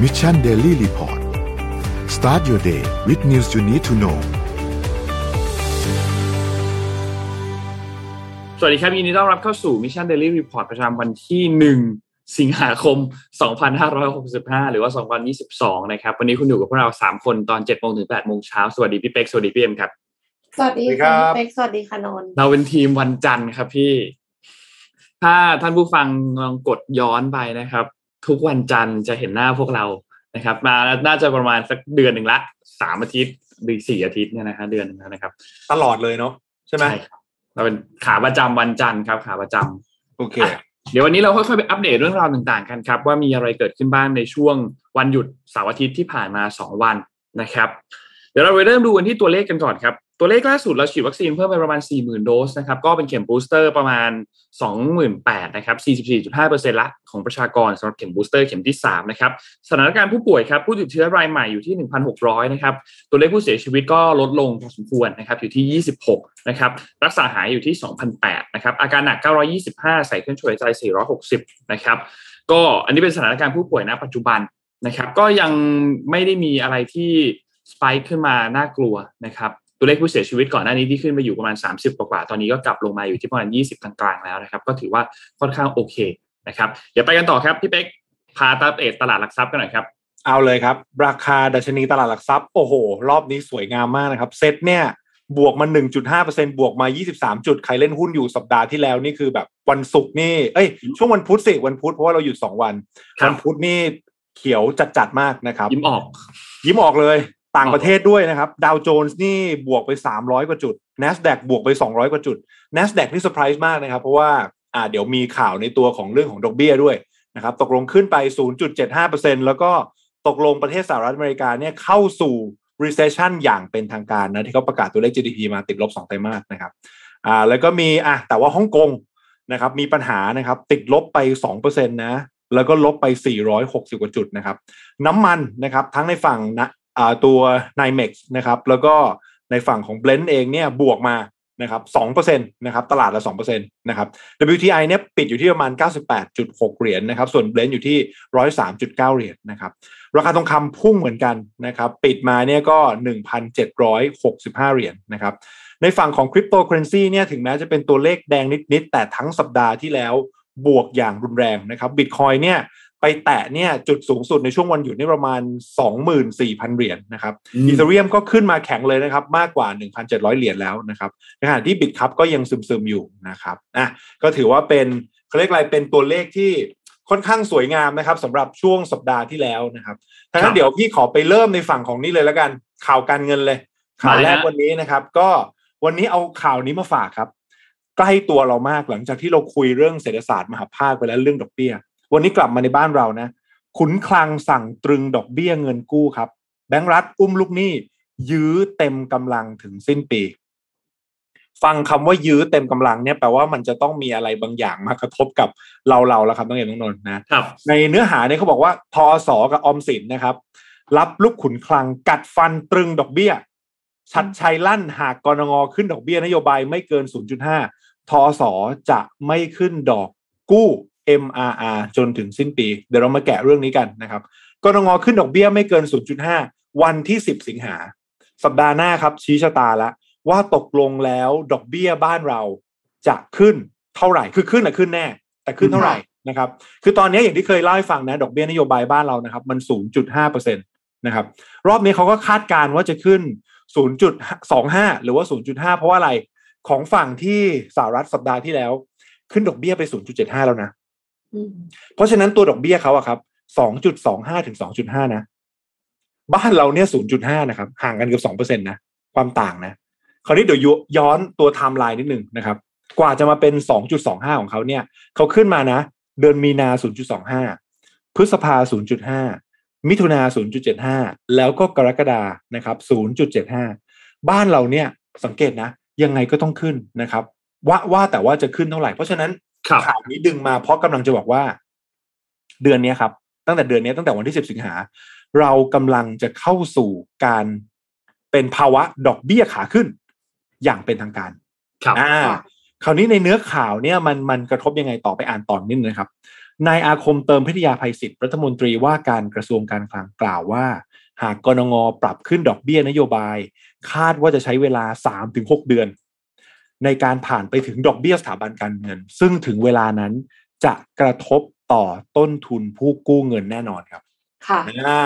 Mission Daily Report Start your day with news you need to know สวัสดีครับยินดีต้อนรับเข้าสู่ Mission Daily Report ประจำวันที่1สิงหาคม2565หรือว่า2022นะครับวันนี้คุณอยู่กับพวกเรา3คนตอน 7:00 นถึง 8:00 นสวัสดีพี่เป๊กสวัสดีพี่เอ็มครับสวัสดีค่ะพี่เป๊กสวัสดีค่ะนนท์เราเป็นทีมวันจันทร์ครับพี่ถ้าท่านผู้ฟังลองกดย้อนไปนะครับทุกวันจันทร์จะเห็นหน้าพวกเรานะครับมาน่าจะประมาณสักเดือนนึงละ3อาทิตย์หรือ4อาทิตย์เนี่ยนะฮะเดือนนึงแล้วนะครับตลอดเลยเนาะใช่มั้ยเราเป็นขาประจำวันจันทร์ครับขาประจำโอเคเดี๋ยววันนี้เราค่อยๆไปอัปเดตเรื่องราวต่างๆกันครับว่ามีอะไรเกิดขึ้นบ้างในช่วงวันหยุดเสาร์อาทิตย์ที่ผ่านมา2วันนะครับเดี๋ยวเราไปเริ่มดูกันที่ตัวเลขกันก่อนครับตัวเลขล่าสุดเราฉีดวัคซีนเพิ่มไปประมาณ 40,000 โดสนะครับก็เป็นเข็มบูสเตอร์ประมาณ 28,000 นะครับ 44.5% ละของประชากรสำหรับเข็มบูสเตอร์เข็มที่3นะครับสถานการณ์ผู้ป่วยครับผู้ติดเชื้อรายใหม่อยู่ที่ 1,600 นะครับตัวเลขผู้เสียชีวิตก็ลดลงพอสมควรนะครับอยู่ที่26นะครับรักษาหายอยู่ที่ 2,800 นะครับอาการหนัก925ใส่เครื่องช่วยหายใจ460นะครับก็อันนี้เป็นสถานการณ์ผู้ป่วยณปัจจุบันนะครับก็ยังไม่ได้มีอะไรที่สไปค์ขึ้นมาน่ากลัวนะครับตัวเลขผู้เสียชีวิตก่อนหน้านี้ที่ขึ้นไปอยู่ประมาณ30กว่าตอนนี้ก็กลับลงมาอยู่ที่ประมาณ20กลางๆแล้วนะครับก็ถือว่าค่อนข้างโอเคนะครับเดี๋ยวไปกันต่อครับพี่เป๊กพาอัปเดตตลาดหลักทรัพย์กันหน่อยครับเอาเลยครับราคาดัชนีตลาดหลักทรัพย์โอ้โหรอบนี้สวยงามมากนะครับเซ็ตเนี่ยบวกมา 1.5% บวกมา23จุดใครเล่นหุ้นอยู่สัปดาห์ที่แล้วนี่คือแบบวันศุกร์นี่ช่วงวันพุธสิวันพุธเพราะว่าเราหยุด2วันวันพุธนี่เขียวจัดๆมากนะครับยิ้มออกเลยต่างประเทศด้วยนะครับดาวโจนส์นี่บวกไป300กว่าจุด NASDAQ บวกไป200กว่าจุด NASDAQ นี่เซอร์ไพรส์มากนะครับเพราะว่าเดี๋ยวมีข่าวในตัวของเรื่องของดอกเบี้ยด้วยนะครับตกลงขึ้นไป 0.75% แล้วก็ตกลงประเทศสหรัฐอเมริกาเนี่ยเข้าสู่ recession อย่างเป็นทางการนะที่เขาประกาศตัวเลข GDP มาติดลบ2ไตรมาสนะครับแล้วก็มีแต่ว่าฮ่องกงนะครับมีปัญหานะครับติดลบไป 2% นะแล้วก็ลบไป460กว่าจุดนะครับน้ำมันนะครับทั้งในฝั่งตัว NYMEX นะครับแล้วก็ในฝั่งของ Blend เองเนี่ยบวกมานะครับ 2% นะครับตลาดละ 2% นะครับ WTI เนี่ยปิดอยู่ที่ประมาณ 98.6 เหรียญนะครับส่วน Blend อยู่ที่ 103.9 เหรียญนะครับราคาทองคำพุ่งเหมือนกันนะครับปิดมาเนี่ยก็ 1,765 เหรียญนะครับในฝั่งของ Cryptocurrency เนี่ยถึงแม้จะเป็นตัวเลขแดงนิดๆแต่ทั้งสัปดาห์ที่แล้วบวกอย่างรุนแรงนะครับ Bitcoin เนี่ยไปแตะเนี่ยจุดสูงสุดในช่วงวันหยุดนี่ประมาณ 24,000 เหรียญนะครับอีเธเรียมก็ขึ้นมาแข็งเลยนะครับมากกว่า 1,700 เหรียญแล้วนะครับในขณะที่ Bitcup ก็ยังซึมๆอยู่นะครับก็ถือว่าเป็นเขาเรียกอะไรเป็นตัวเลขที่ค่อนข้างสวยงามนะครับสำหรับช่วงสัปดาห์ที่แล้วนะครับถ้างั้นเดี๋ยวพี่ขอไปเริ่มในฝั่งของนี่เลยแล้วกันข่าวการเงินเลยข่าวแรกวันนี้นะครับก็วันนี้เอาข่าวนี้มาฝากครับใกล้ตัวเรามากหลังจากที่เราคุยเรื่องเศรษฐศาสตร์มหาภาคไปแล้วเรื่องดอกเบี้ยวันนี้กลับมาในบ้านเรานะขุนคลังสั่งตรึงดอกเบี้ยเงินกู้ครับแบงก์รัฐอุ้มลูกหนี้ยื้อเต็มกำลังถึงสิ้นปีฟังคำว่ายื้อเต็มกำลังเนี่ยแปลว่ามันจะต้องมีอะไรบางอย่างมากระทบกับเราแล้วครับต้องเห็นน้องนนท์นะครับในเนื้อหาเนี่ยเขาบอกว่าทอสกับออมสินนะครับรับลูกขุนคลังกัดฟันตรึงดอกเบี้ยชัดชัยลั่นหากกนง.ขึ้นดอกเบี้ยนโยบายไม่เกิน 0.5 ทอสจะไม่ขึ้นดอกกู้MRR จนถึงสิ้นปีเดี๋ยวเรามาแกะเรื่องนี้กันนะครับกนง.ขึ้นดอกเบี้ยไม่เกิน 0.5 วันที่10สิงหาสัปดาห์หน้าครับชี้ชะตาแล้วว่าตกลงแล้วดอกเบี้ยบ้านเราจะขึ้นเท่าไหร่คือขึ้นขึ้นแน่แต่ขึ้นเท่าไหร่นะครับคือตอนนี้อย่างที่เคยเล่าให้ฟังนะดอกเบี้ยนโยบายบ้านเรานะครับมัน 0.5% นะครับรอบนี้เขาก็คาดการณ์ว่าจะขึ้น 0.25 หรือว่า 0.5 เพราะว่าอะไรของฝั่งที่สหรัฐสัปดาห์ที่แล้วขึ้นดอกเบี้ยไป 0.75 แล้วนะเพราะฉะนั้นตัวดอกเบี้ยเขาอะครับ 2.25 ถึง 2.5 นะบ้านเราเนี่ย 0.5 นะครับห่างกันเกือบ 2% นะความต่างนะคราวนี้เดี๋ยวย้อนตัวไทม์ไลน์นิดนึงนะครับกว่าจะมาเป็น 2.25 ของเขาเนี่ยเขาขึ้นมานะเดือนมีนา 0.25 พฤษภา 0.5 มิถุนา 0.75 แล้วก็กรกฎานะครับ 0.75 บ้านเราเนี่ยสังเกตนะยังไงก็ต้องขึ้นนะครับว่าแต่ว่าจะขึ้นเท่าไหร่เพราะฉะนั้นข่าวนี้ดึงมาเพราะกำลังจะบอกว่าเดือนนี้ครับตั้งแต่วันที่10สิงหาเรากำลังจะเข้าสู่การเป็นภาวะดอกเบี้ยขาขึ้นอย่างเป็นทางการครับคราวนี้ในเนื้อข่าวเนี่ยมันกระทบยังไงต่อไปอ่านตอนนิดนึงนะครับนายอาคมเติมพิทยาภัยศิษย์รัฐมนตรีว่าการกระทรวงการคลังกล่าวว่าหากกนง.ปรับขึ้นดอกเบี้ยนโยบายคาดว่าจะใช้เวลา 3-6 เดือนในการผ่านไปถึงดอกเบี้ยสถาบันการเงินซึ่งถึงเวลานั้นจะกระทบต่อต้นทุนผู้กู้เงินแน่นอนครับค่ะ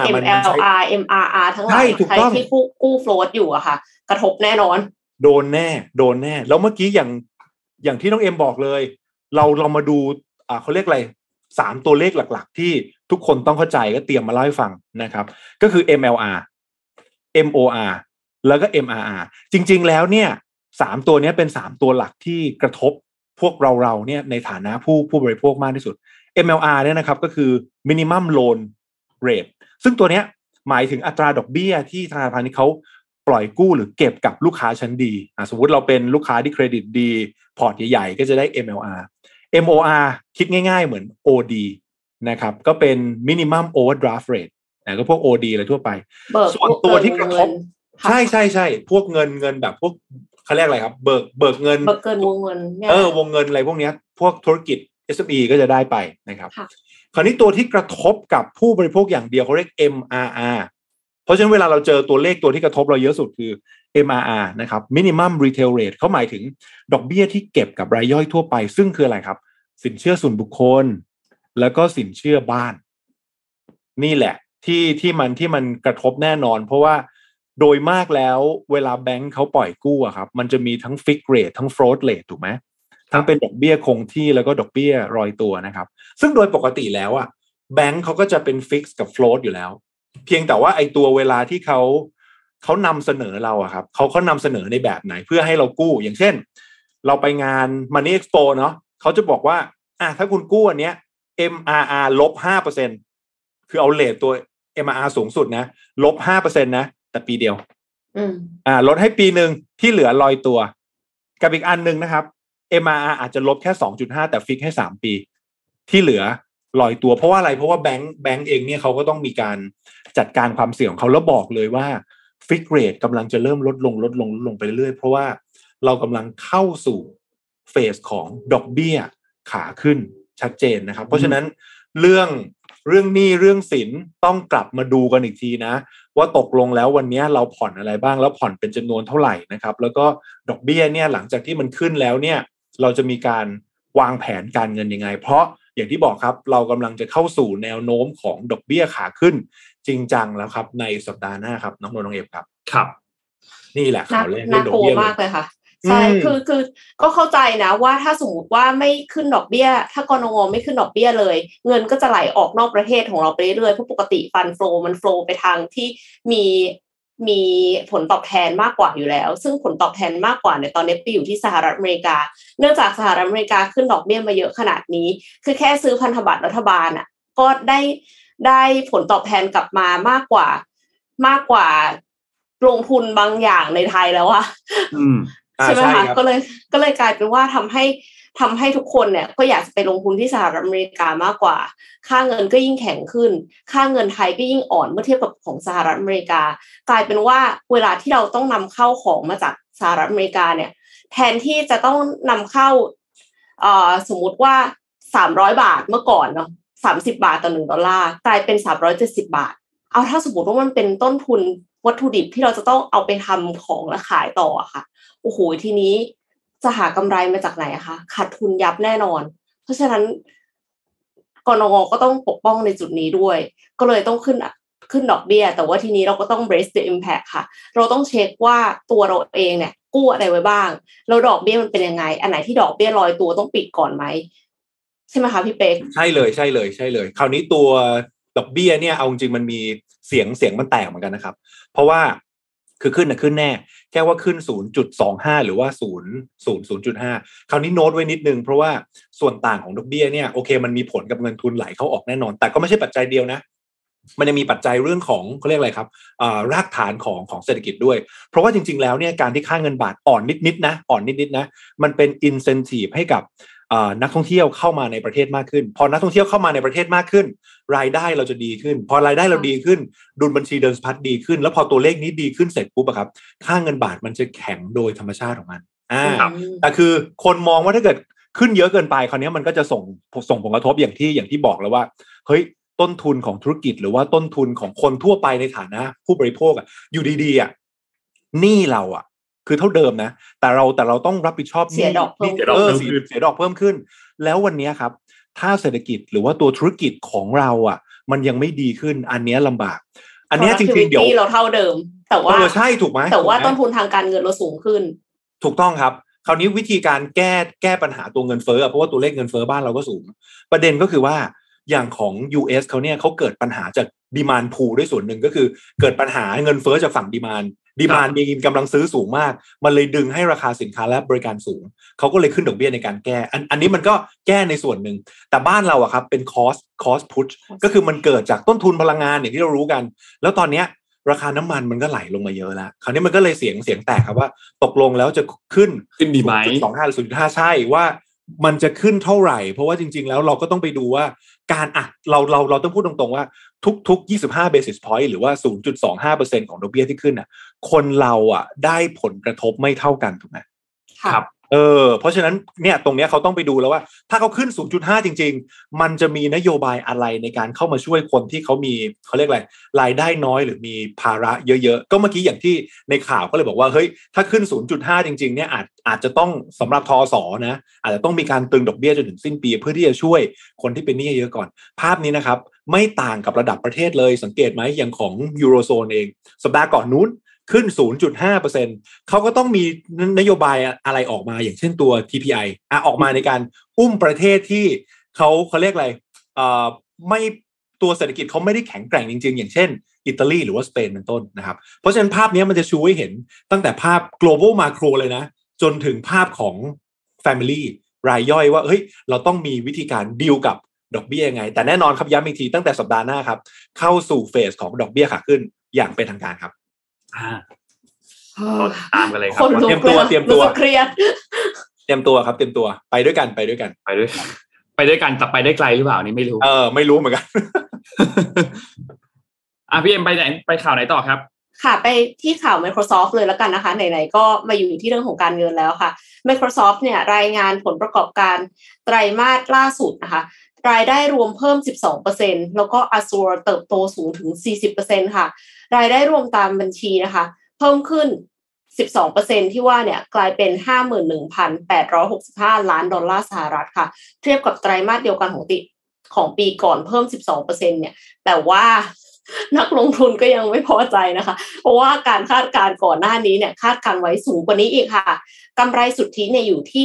MLR MRR ทั้งหลายใครที่กู้โฟลตอยู่อะค่ะกระทบแน่นอนโดนแน่แล้วเมื่อกี้อย่างที่น้องเอ็มบอกเลยเรามาดูเขาเรียกอะไร3ตัวเลขหลักๆที่ทุกคนต้องเข้าใจก็เตรียมมาเล่าให้ฟังนะครับก็คือ MLR MOR แล้วก็ MRR จริงๆแล้วเนี่ย3ตัวนี้เป็น3ตัวหลักที่กระทบพวกเราเนี่ยในฐานะผู้บริโภคมากที่สุด MLR เนี่ยนะครับก็คือ minimum loan rate ซึ่งตัวเนี้ยหมายถึงอัตราดอกเบี้ยที่ธนาคารนี้เขาปล่อยกู้หรือเก็บกับลูกค้าชั้นดีสมมุติเราเป็นลูกค้าที่เครดิตดีพอร์ตใหญ่ๆก็จะได้ MLR MOR คิดง่ายๆเหมือน OD นะครับก็เป็น minimum overdraft rate ก็พวก OD อะไรทั่วไปส่วนตัวที่กระทบใช่พวกเงินแบบพวกเขาเรียกอะไรครับเบิกเงินเกินวงเงินวงเงินอะไรพวกนี้พวกธุรกิจ SME ก็จะได้ไปนะครับคราวนี้ตัวที่กระทบกับผู้บริโภคอย่างเดียวเขาเรียก MRR เพราะฉะนั้นเวลาเราเจอตัวเลขตัวที่กระทบเราเยอะสุดคือ MRR นะครับ minimum retail rate เขาหมายถึงดอกเบี้ยที่เก็บกับรายย่อยทั่วไปซึ่งคืออะไรครับสินเชื่อส่วนบุคคลแล้วก็สินเชื่อบ้านนี่แหละที่มันกระทบแน่นอนเพราะว่าโดยมากแล้วเวลาแบงค์เขาปล่อยกู้อะครับมันจะมีทั้ง fixed rate ทั้ง float rate ถูกไหมทั้งเป็นดอกเบี้ยคงที่แล้วก็ดอกเบี้ยรอยตัวนะครับซึ่งโดยปกติแล้วอะแบงค์เขาก็จะเป็น fixed กับ float อยู่แล้วเพียงแต่ว่าไอตัวเวลาที่เขานำเสนอเราอะครับเขานำเสนอในแบบไหนเพื่อให้เรากู้อย่างเช่นเราไปงาน Money Expo เนาะเขาจะบอกว่าถ้าคุณกู้อันเนี้ย MRR ลบ 5% คือเอาเรทตัว MRR สูงสุดนะลบ 5% นะแต่ปีเดียวลดให้ปีนึงที่เหลือลอยตัวกับอีกอันนึงนะครับ MRR อาจจะลบแค่ 2.5 แต่ฟิกให้3ปีที่เหลือลอยตัวเพราะว่าอะไรเพราะว่าแบงก์เองเนี่ยเขาก็ต้องมีการจัดการความเสี่ยงของเขาแล้วบอกเลยว่าฟิกเรทกำลังจะเริ่มลดลงไปเรื่อยๆเพราะว่าเรากำลังเข้าสู่เฟสของดอกเบี้ยขาขึ้นชัดเจนนะครับเพราะฉะนั้นเรื่องหนี้เรื่องสินต้องกลับมาดูกันอีกทีนะว่าตกลงแล้ววันนี้เราผ่อนอะไรบ้างแล้วผ่อนเป็นจำนวนเท่าไหร่นะครับแล้วก็ดอกเบี้ยเนี่ยหลังจากที่มันขึ้นแล้วเนี่ยเราจะมีการวางแผนการเงินยังไงเพราะอย่างที่บอกครับเรากำลังจะเข้าสู่แนวโน้มของดอกเบี้ยขาขึ้นจริงจังแล้วครับในสัปดาห์หน้าครับน้องนนท์น้องเอฟครับนี่แหละข่าวแรกเรื่องดอกเบี้ยมากเลยค่ะใช่คือก็เข้าใจนะว่าถ้าสมมติว่าไม่ขึ้นดอกเบี้ยถ้ากนง.ไม่ขึ้นดอกเบี้ยเลยเงินก็จะไหลออกนอกประเทศของเราไปเรื่อยๆเพราะปกติฟันโฟลมันโฟลไปทางที่มีผลตอบแทนมากกว่าอยู่แล้วซึ่งผลตอบแทนมากกว่าในตอนนี้ไปอยู่ที่สหรัฐอเมริกาเนื่องจากสหรัฐอเมริกาขึ้นดอกเบี้ยมาเยอะขนาดนี้คือแค่ซื้อพันธบัตรรัฐบาลอ่ะก็ได้ผลตอบแทนกลับมามากกว่าลงทุนบางอย่างในไทยแล้วอะใช่ไหมคะก็เลยกลายเป็นว่าทำให้ทุกคนเนี่ยก็อยากจะไปลงทุนที่สหรัฐอเมริกามากกว่าค่าเงินก็ยิ่งแข็งขึ้นค่าเงินไทยก็ยิ่งอ่อนเมื่อเทียบกับของสหรัฐอเมริกากลายเป็นว่าเวลาที่เราต้องนำเข้าของมาจากสหรัฐอเมริกาเนี่ยแทนที่จะต้องนำเข้าสมมุติว่า300 บาทเมื่อก่อนเนาะ30 บาทต่อ$1กลายเป็น370 บาทเอาถ้าสมมติว่ามันเป็นต้นทุนวัตถุดิบที่เราจะต้องเอาไปทำของและขายต่อค่ะโอ้โหทีนี้จะหากำไรมาจากไหนอะคะขาดทุนยับแน่นอนเพราะฉะนั้นกนง.ก็ต้องปกป้องในจุดนี้ด้วยก็เลยต้องขึ้นดอกเบี้ยแต่ว่าทีนี้เราก็ต้อง brace the impact ค่ะเราต้องเช็คว่าตัวเราเองเนี่ยกู้อะไรไว้บ้างแล้วดอกเบี้ยมันเป็นยังไงอันไหนที่ดอกเบี้ยลอยตัวต้องปิดก่อนไหมใช่ไหมคะพี่เป๊กใช่เลยคราวนี้ตัวดอกเบี้ยเนี่ยเอาจริงมันมีเสียงมันแตกเหมือนกันนะครับเพราะว่าคือขึ้นแน่แค่ว่าขึ้น 0.25 หรือว่า0.5 คราวนี้โน้ตไว้นิดนึงเพราะว่าส่วนต่างของดอกเบี้ยเนี่ยโอเคมันมีผลกับเงินทุนไหลเข้าออกแน่นอนแต่ก็ไม่ใช่ปัจจัยเดียวนะมันยังมีปัจจัยเรื่องของเขาเรียกอะไรครับรากฐานของเศรษฐกิจด้วยเพราะว่าจริงๆแล้วเนี่ยการที่ค่าเงินบาทอ่อนนิดๆนะมันเป็น incentive ให้กับนักท่องเที่ยวเข้ามาในประเทศมากขึ้นพอนักท่องเที่ยวเข้ามาในประเทศมากขึ้นรายได้เราจะดีขึ้นพอรายได้เราดีขึ้นดุลบัญชีเดินสะพัดดีขึ้นแล้วพอตัวเลขนี้ดีขึ้นเสร็จปุ๊บอะครับค่าเงินบาทมันจะแข็งโดยธรรมชาติของมันแต่คือคนมองว่าถ้าเกิดขึ้นเยอะเกินไปคราวนี้มันก็จะส่งผลกระทบอย่างที่บอกแล้วว่าเฮ้ยต้นทุนของธุรกิจหรือว่าต้นทุนของคนทั่วไปในฐานะผู้บริโภคอยู่ดีๆหนี้เราคือเท่าเดิมนะแต่เราต้องรับผิดชอบหนี้เสียดอกเพิ่มขึ้นแล้ววันนี้ครับถ้าเศรษฐกิจหรือว่าตัวธุรกิจของเรามันยังไม่ดีขึ้นอันนี้ลำบากอันนี้จริงๆเดี๋ยวเราเท่าเดิมแต่ว่าใช่ถูกไหมแต่ว่าต้นทุนทางการเงินเราสูงขึ้นถูกต้องครับคราวนี้วิธีการแก้ปัญหาตัวเงินเฟ้อเพราะว่าตัวเลขเงินเฟ้อบ้านเราก็สูงประเด็นก็คือว่าอย่างของ US เขาเนี่ยเขาเกิดปัญหาจากดีมานด์พูลด้วยส่วนหนึ่งก็คือเกิดปัญหาเงินเฟ้อจากฝั่งดีมานด์มีกำลังซื้อสูงมากมันเลยดึงให้ราคาสินค้าและบริการสูงเขาก็เลยขึ้นดอกเบี้ยในการแก้อันนี้มันก็แก้ในส่วนหนึ่งแต่บ้านเราครับเป็น cost push ก็คือมันเกิดจากต้นทุนพลังงานอย่างที่เรารู้กันแล้วตอนนี้ราคาน้ำมันมันก็ไหลลงมาเยอะแล้วคราวนี้มันก็เลยเสียงแตกครับว่าตกลงแล้วจะขึ้นดีไหม 0.25 หรือ 0.5 ใช่ว่ามันจะขึ้นเท่าไหร่เพราะว่าจริงๆแล้วเราก็ต้องไปดูว่าการเราต้องพูดตรงๆว่าทุก25 basis point หรือว่า 0.25% ของดอกเบี้ยที่ขึ้นคนเราได้ผลกระทบไม่เท่ากันถูกไหมครับเพราะฉะนั้นเนี่ยตรงเนี้ยเขาต้องไปดูแล้วว่าถ้าเขาขึ้น 0.5 จริงๆมันจะมีนโยบายอะไรในการเข้ามาช่วยคนที่เขามีเขาเรียกอะไรรายได้น้อยหรือมีภาระเยอะๆก็เมื่อกี้อย่างที่ในข่าวก็เลยบอกว่าเฮ้ยถ้าขึ้น 0.5 จริงๆเนี่ยอาจจะต้องสำหรับทส.นะอาจจะต้องมีการตึงดอกเบี้ยจนถึงสิ้นปีเพื่อที่จะช่วยคนที่เป็นหนี้เยอะก่อนภาพนี้นะครับไม่ต่างกับระดับประเทศเลยสังเกตไหมอย่างของยูโรโซนเองสัปดาห์ก่อนนู้นขึ้น 0.5% เขาก็ต้องมีนโยบายอะไรออกมาอย่างเช่นตัว TPI ออกมาในการอุ้มประเทศที่เขาเรียกอะไรไม่ตัวเศรษฐกิจเขาไม่ได้แข็งแกร่งจริงๆอย่างเช่นอิตาลีหรือว่าสเปนเป็นต้นนะครับเพราะฉะนั้นภาพนี้มันจะชูให้เห็นตั้งแต่ภาพ global macro เลยนะจนถึงภาพของ family รายย่อยว่าเฮ้ยเราต้องมีวิธีการดีลกับดอกเบี้ยยังไงแต่แน่นอนครับย้ำอีกทีตั้งแต่สัปดาห์หน้าครับเข้าสู่เฟสของดอกเบี้ยขาขึ้นอย่างเป็นทางการครับตามกันเลยครับเตรียมตัวเครียดเตรียมตัวครับเตรียมตัวไปด้วยกันแต่ไปได้ไกลหรือเปล่านี่ไม่รู้ไม่รู้เหมือนกันพี่เอ็มไปไหนไปข่าวไหนต่อครับค่ะไปที่ข่าว Microsoft เลยแล้วกันนะคะไหนๆก็มาอยู่ที่เรื่องของการเงินแล้วค่ะ Microsoft เนี่ยรายงานผลประกอบการไตรมาสล่าสุดนะคะรายได้รวมเพิ่ม 12% แล้วก็ Azure เติบโตสูงถึง 40% ค่ะรายได้รวมตามบัญชีนะคะเพิ่มขึ้น 12% ที่ว่าเนี่ยกลายเป็น 51,865 ล้านดอลลาร์สหรัฐค่ะเทียบกับไตรมาสเดียวกันของปีก่อนเพิ่ม 12% เนี่ยแต่ว่านักลงทุนก็ยังไม่พอใจนะคะเพราะว่าการคาดการณ์ก่อนหน้านี้เนี่ยคาดการณ์ไว้สูงกว่านี้อีกค่ะกำไรสุทธิเนี่ยอยู่ที่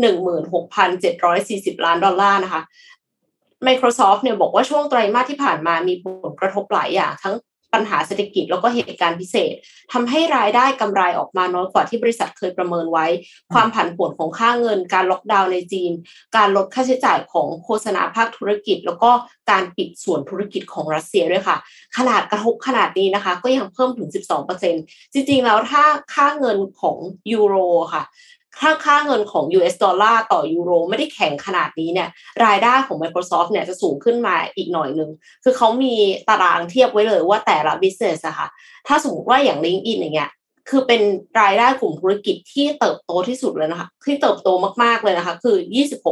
16,740 ล้านดอลลาร์นะคะ Microsoft เนี่ยบอกว่าช่วงไตรมาสที่ผ่านมามีผลกระทบหลายอย่างทั้งปัญหาเศรษฐกิจแล้วก็เหตุการณ์พิเศษทำให้รายได้กำไรออกมาน้อยกว่าที่บริษัทเคยประเมินไว้ความผันผวนของค่าเงินการล็อกดาวน์ในจีนการลดค่าใช้จ่ายของโฆษณาภาคธุรกิจแล้วก็การปิดส่วนธุรกิจของรัสเซียด้วยค่ะขนาดกระทบขนาดนี้นะคะก็ยังเพิ่มถึง 12% จริงๆแล้วถ้าค่าเงินของยูโรค่ะค่าเงินของ US ดอลลาร์ต่อยูโรไม่ได้แข็งขนาดนี้เนี่ยรายได้ของ Microsoft เนี่ยจะสูงขึ้นมาอีกหน่อยนึงคือเขามีตารางเทียบไว้เลยว่าแต่ละ business อะค่ะถ้าสมมติว่าอย่าง LinkedIn อย่างเงี้ยคือเป็นรายได้กลุ่มธุรกิจที่เติบโตที่สุดเลยนะคะที่เติบโตมากๆเลยนะคะคือ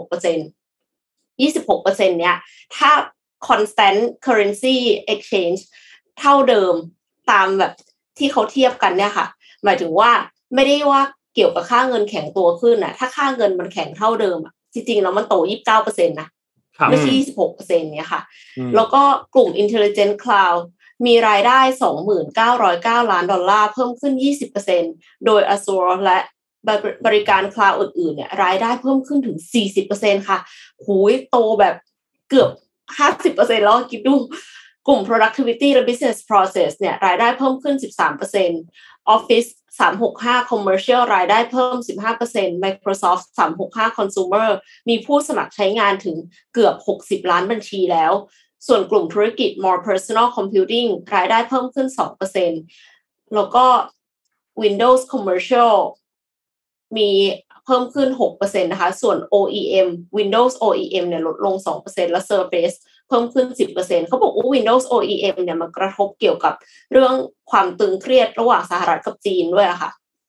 26% เนี่ยถ้า constant currency exchange เท่าเดิมตามแบบที่เขาเทียบกันเนี่ยค่ะหมายถึงว่าไม่ได้ว่าเกี่ยวกับค่าเงินแข็งตัวขึ้นนะถ้าค่าเงินมันแข็งเท่าเดิมอ่ะจริงๆแล้วมันโต 29% นะไม่ใช่ 26% เนี่ยค่ะแล้วก็กลุ่ม Intelligent Cloud มีรายได้ 29,909 ล้านดอลลาร์เพิ่มขึ้น 20% โดย Azure และบริการ Cloud อื่นๆเนี่ยรายได้เพิ่มขึ้นถึง 40% ค่ะหูยโตแบบเกือบ 50% แล้วคิดดูกลุ่ม productivity และ business process เนี่ยรายได้เพิ่มขึ้น 13% Office 365 Commercial รายได้เพิ่ม 15% Microsoft 365 Consumer มีผู้สมัครใช้งานถึงเกือบ60ล้านบัญชีแล้วส่วนกลุ่มธุรกิจ More Personal Computing รายได้เพิ่มขึ้น 2% แล้วก็ Windows Commercial มีเพิ่มขึ้น 6% นะคะส่วน OEM Windows OEM เนี่ยลดลง 2% และ Surface เพิ่มขึ้น 10% เขาบอกว่า Windows OEM เนี่ยมันกระทบเกี่ยวกับเรื่องความตึงเครียดระหว่างสหรัฐกับจีนด้วยอะค่ะ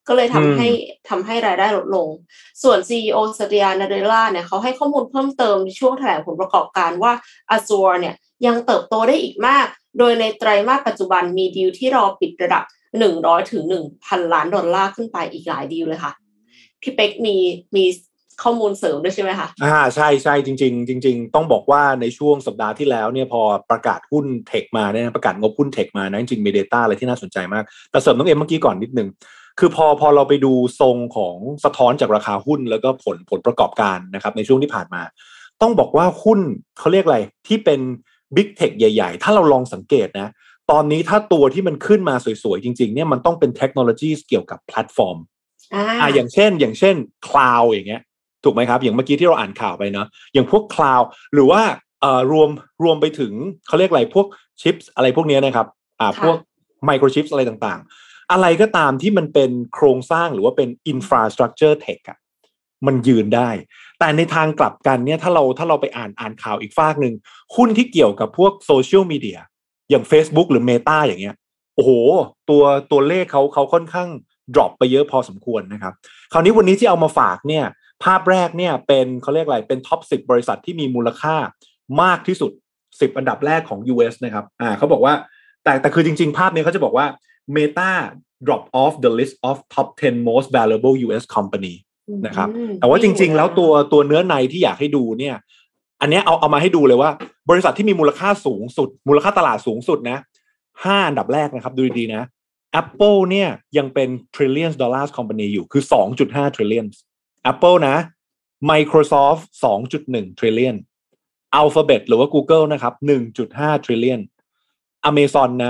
ก็เลยทำให้รายได้ลดลงส่วน CEO ซาเตีย นาเดลล่าเนี่ยเขาให้ข้อมูลเพิ่มเติมในช่วงแถลงผลประกอบการว่า Azure เนี่ยยังเติบโตได้อีกมากโดยในไตรมาสปัจจุบันมีดีลที่รอปิดระดับ100 ถึง 1,000 ล้านดอลลาร์ขึ้นไปอีกหลายดีลเลยค่ะพี่เป็กมีข้อมูลเสริมด้วยใช่ไหมคะใช่จริงต้องบอกว่าในช่วงสัปดาห์ที่แล้วเนี่ยพอประกาศหุ้นเทคมาเนี่ยประกาศงบหุ้นเทคมานะจริงมี data อะไรที่น่าสนใจมากแต่เสริมน้องเอ็มเมื่อกี้ก่อนนิดนึงคือพอเราไปดูทรงของสะท้อนจากราคาหุ้นแล้วก็ผลประกอบการนะครับในช่วงที่ผ่านมาต้องบอกว่าหุ้นเขาเรียกอะไรที่เป็น Big Tech ใหญ่ๆถ้าเราลองสังเกตนะตอนนี้ถ้าตัวที่มันขึ้นมาสวยๆจริงๆเนี่ยมันต้องเป็นเทคโนโลยีเกี่ยวกับแพลตฟอร์มอย่างเช่น Cloud อย่างเงี้ยถูกไหมครับอย่างเมื่อกี้ที่เราอ่านข่าวไปเนาะอย่างพวก Cloud หรือว่ารวมไปถึงเขาเรียกอะไรพวกชิปอะไรพวกนี้นะครับพวกไมโครชิปอะไรต่างๆอะไรก็ตามที่มันเป็นโครงสร้างหรือว่าเป็น infrastructure tech อ่ะมันยืนได้แต่ในทางกลับกันเนี่ยถ้าเราไปอ่านข่าวอีกฝากนึงหุ้นที่เกี่ยวกับพวกโซเชียลมีเดียอย่าง Facebook หรือ Meta อย่างเงี้ยโอ้โหตัวเลขเขาค่อนข้าง drop ไปเยอะพอสมควรนะครับคราวนี้วันนี้ที่เอามาฝากเนี่ยภาพแรกเนี่ยเป็นเขาเรียกอะไรเป็นท็อป10บริษัทที่มีมูลค่ามากที่สุด10อันดับแรกของ US นะครับเขาบอกว่าแต่คือจริงๆภาพนี้เขาจะบอกว่า Meta drop off the list of top 10 most valuable US company นะครับแต่ว่าจริงๆแล้วตัวเนื้อในที่อยากให้ดูเนี่ยอันนี้เอามาให้ดูเลยว่าบริษัทที่มีมูลค่าสูงสุดมูลค่าตลาดสูงสุดนะ5อันดับแรกนะครับดูดีๆนะ Apple เนี่ยยังเป็น trillions dollars company อยู่คือ 2.5 trillions Apple นะ Microsoft 2.1 trillion Alphabet หรือว่า Google นะครับ 1.5 trillion Amazon นะ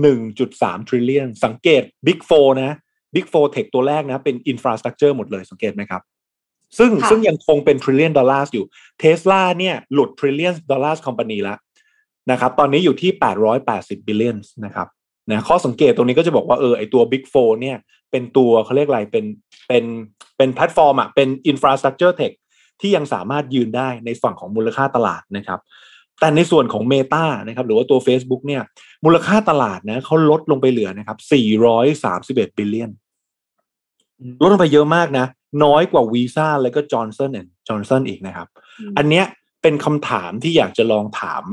1.3 trillion สังเกต Big 4 นะ Big 4 Tech ตัวแรกนะเป็น infrastructure หมดเลยสังเกตไหมครับซึ่งยังคงเป็น trillion dollars อยู่ Tesla เนี่ยหลุด trillion dollars company แล้วนะครับตอนนี้อยู่ที่880 billion นะครับนะข้อสังเกตตรงนี้ก็จะบอกว่าไอตัว Big 4 เนี่ยเป็นตัวเขาเรียกอะไรเป็นแพลตฟอร์มเป็น infrastructure tech ที่ยังสามารถยืนได้ในฝั่งของมูลค่าตลาดนะครับแต่ในส่วนของ Meta นะครับหรือว่าตัว Facebook เนี่ยมูลค่าตลาดนะเขาลดลงไปเหลือนะครับ431 billion ลดลงไปเยอะมากนะน้อยกว่า Visa แล้วก็ Johnson อีกนะครับอันเนี้ยเป็นคำถามที่อยากจะลองถาม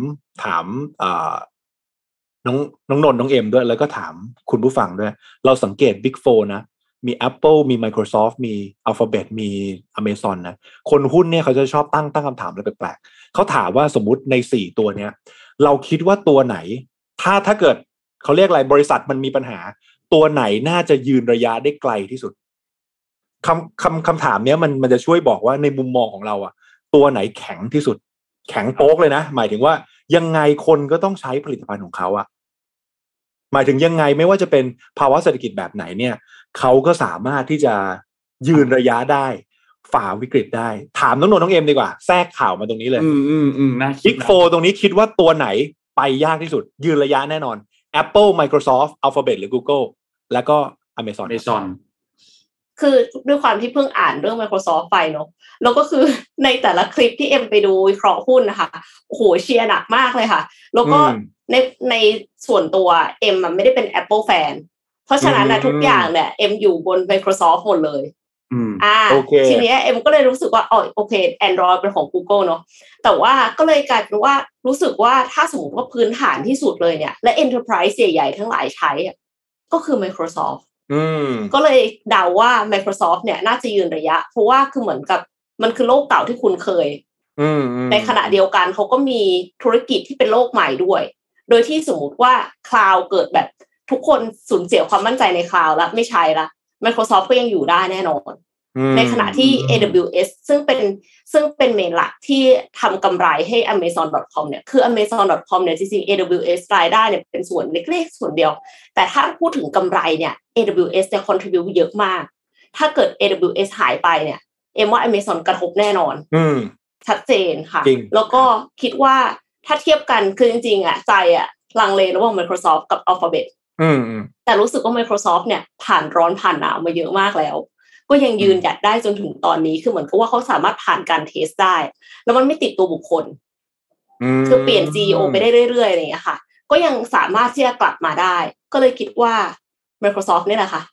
น้องนนท์น้องเอ็มด้วยแล้วก็ถามคุณผู้ฟังด้วยเราสังเกต Big 4 นะมี Apple มี Microsoft มี Alphabet มี Amazon นะคนหุ้นเนี่ยเขาจะชอบตั้งคำถามอะไรแปลกๆเขาถามว่าสมมุติใน4ตัวเนี้ยเราคิดว่าตัวไหนถ้าเกิดเขาเรียกอะไรบริษัทมันมีปัญหาตัวไหนน่าจะยืนระยะได้ไกลที่สุดคำถามเนี้ยมันจะช่วยบอกว่าในมุมมองของเราอะตัวไหนแข็งที่สุดแข็งโป๊กเลยนะหมายถึงว่ายังไงคนก็ต้องใช้ผลิตภัณฑ์ของเขาอะหมายถึงยังไงไม่ว่าจะเป็นภาวะเศรษฐกิจแบบไหนเนี่ยเขาก็สามารถที่จะยืนระยะได้ฝ่าวิกฤตได้ถามน้องนนท์น้องเอ็มดีกว่าแทรกข่าวมาตรงนี้เลยBig 4 ตรงนี้คิดว่าตัวไหนไปยากที่สุดยืนระยะแน่นอน Apple Microsoft Alphabet หรือ Google แล้วก็ Amazon คือด้วยความที่เพิ่งอ่านเรื่อง Microsoft ไปเนาะแล้วก็คือในแต่ละคลิปที่เอ็มไปดูวิเคราะห์หุ้นนะคะโอ้โหเชียร์หนักมากเลยค่ะแล้วก็ในส่วนตัวเอ็มไม่ได้เป็น Apple แฟนเพราะฉะนั้นนะทุกอย่างเนี่ยเอ็มอยู่บน Microsoft หมดเลยทีนี้เอ็มก็เลยรู้สึกว่าโอเค Android เป็นของ Google เนาะแต่ว่าก็เลยกลายเป็นว่ารู้สึกว่าถ้าสมมติว่าพื้นฐานที่สุดเลยเนี่ยและ Enterprise ใหญ่ๆทั้งหลายใช้ก็คือ Microsoftก็เลยเดาว่า Microsoft เนี่ยน่าจะยืนระยะเพราะว่าคือเหมือนกับมันคือโลกเก่าที่คุณเคยในขณะเดียวกันเขาก็มีธุรกิจที่เป็นโลกใหม่ด้วยโดยที่สมมุติว่าคลาวด์เกิดแบบทุกคนสูญเสียความมั่นใจในคลาวด์แล้วไม่ใช้ละ Microsoft ก็ยังอยู่ได้แน่นอนในขณะที่ AWS ซึ่งเป็นเมนหลักที่ทำกำไรให้ Amazon.com เนี่ยคือ Amazon.com เนี่ยจริงๆ AWS รายได้เนี่ยเป็นส่วนเล็กๆส่วนเดียวแต่ถ้าพูดถึงกำไรเนี่ย AWS เนี่ย contribute เยอะมากถ้าเกิด AWS หายไปเนี่ยเอ็มว่า Amazon กระทบแน่นอนชัดเจนค่ะแล้วก็คิดว่าถ้าเทียบกันคือจริงๆใจลังเลระหว่าง Microsoft กับ Alphabet แต่รู้สึกว่า Microsoft เนี่ยผ่านร้อนผ่านหนาวมาเยอะมากแล้วก็ยังยืนหยัดได้จนถึงตอนนี้คือเหมือนกับว่าเขาสามารถผ่านการเทสได้แล้วมันไม่ติดตัวบุคคลคือเปลี่ยน CEO ไปได้เรื่อยๆอะไรอย่างเงี้ยค่ะก็ยังสามารถที่จะกลับมาได้ก็เลยคิดว่า Microsoft นี่แหละค่ะ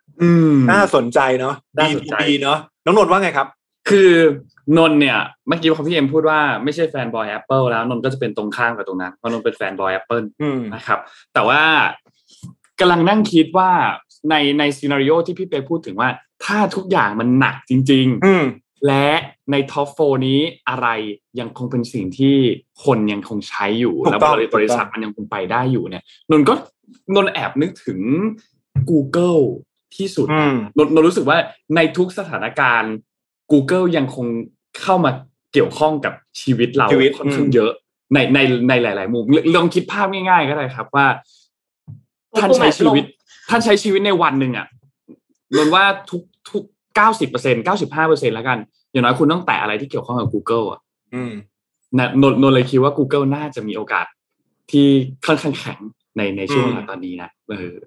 น่าสนใจเนาะ B2B เนาะน้องนนท์ว่าไงครับคือนนท์เนี่ยเมื่อกี้พอพี่เอ็มพูดว่าไม่ใช่แฟนบอย Apple แล้วนนท์ก็จะเป็นตรงข้ามกับตรงนั้นเพราะนนท์เป็นแฟนบอย Apple นะครับแต่ว่ากำลังนั่งคิดว่าในซีนาริโอที่พี่เป๊กพูดถึงว่าถ้าทุกอย่างมันหนักจริงๆและในท็อป4นี้อะไรยังคงเป็นสิ่งที่คนยังคงใช้อยู่แล้วบริษัทมันยังคงไปได้อยู่เนี่ยนนท์แอบนึกถึง Google ที่สุดนนรู้สึกว่าในทุกสถานการณ์ Google ยังคงเข้ามาเกี่ยวข้องกับชีวิตเราค่อนข้างเยอะในหลายๆมุมลองคิดภาพง่ายๆก็ได้ครับว่าท่านใช้ชีวิตในวันนึงอ่ะนนว่าทุก 90% 95% แล้วกันอย่างน้อยคุณต้องแตะอะไรที่เกี่ยวข้องกับ Google อ่ะนนเลยคิดว่า Google น่าจะมีโอกาสที่ค่อนข้างแข็งในช่วงตอนนี้นะ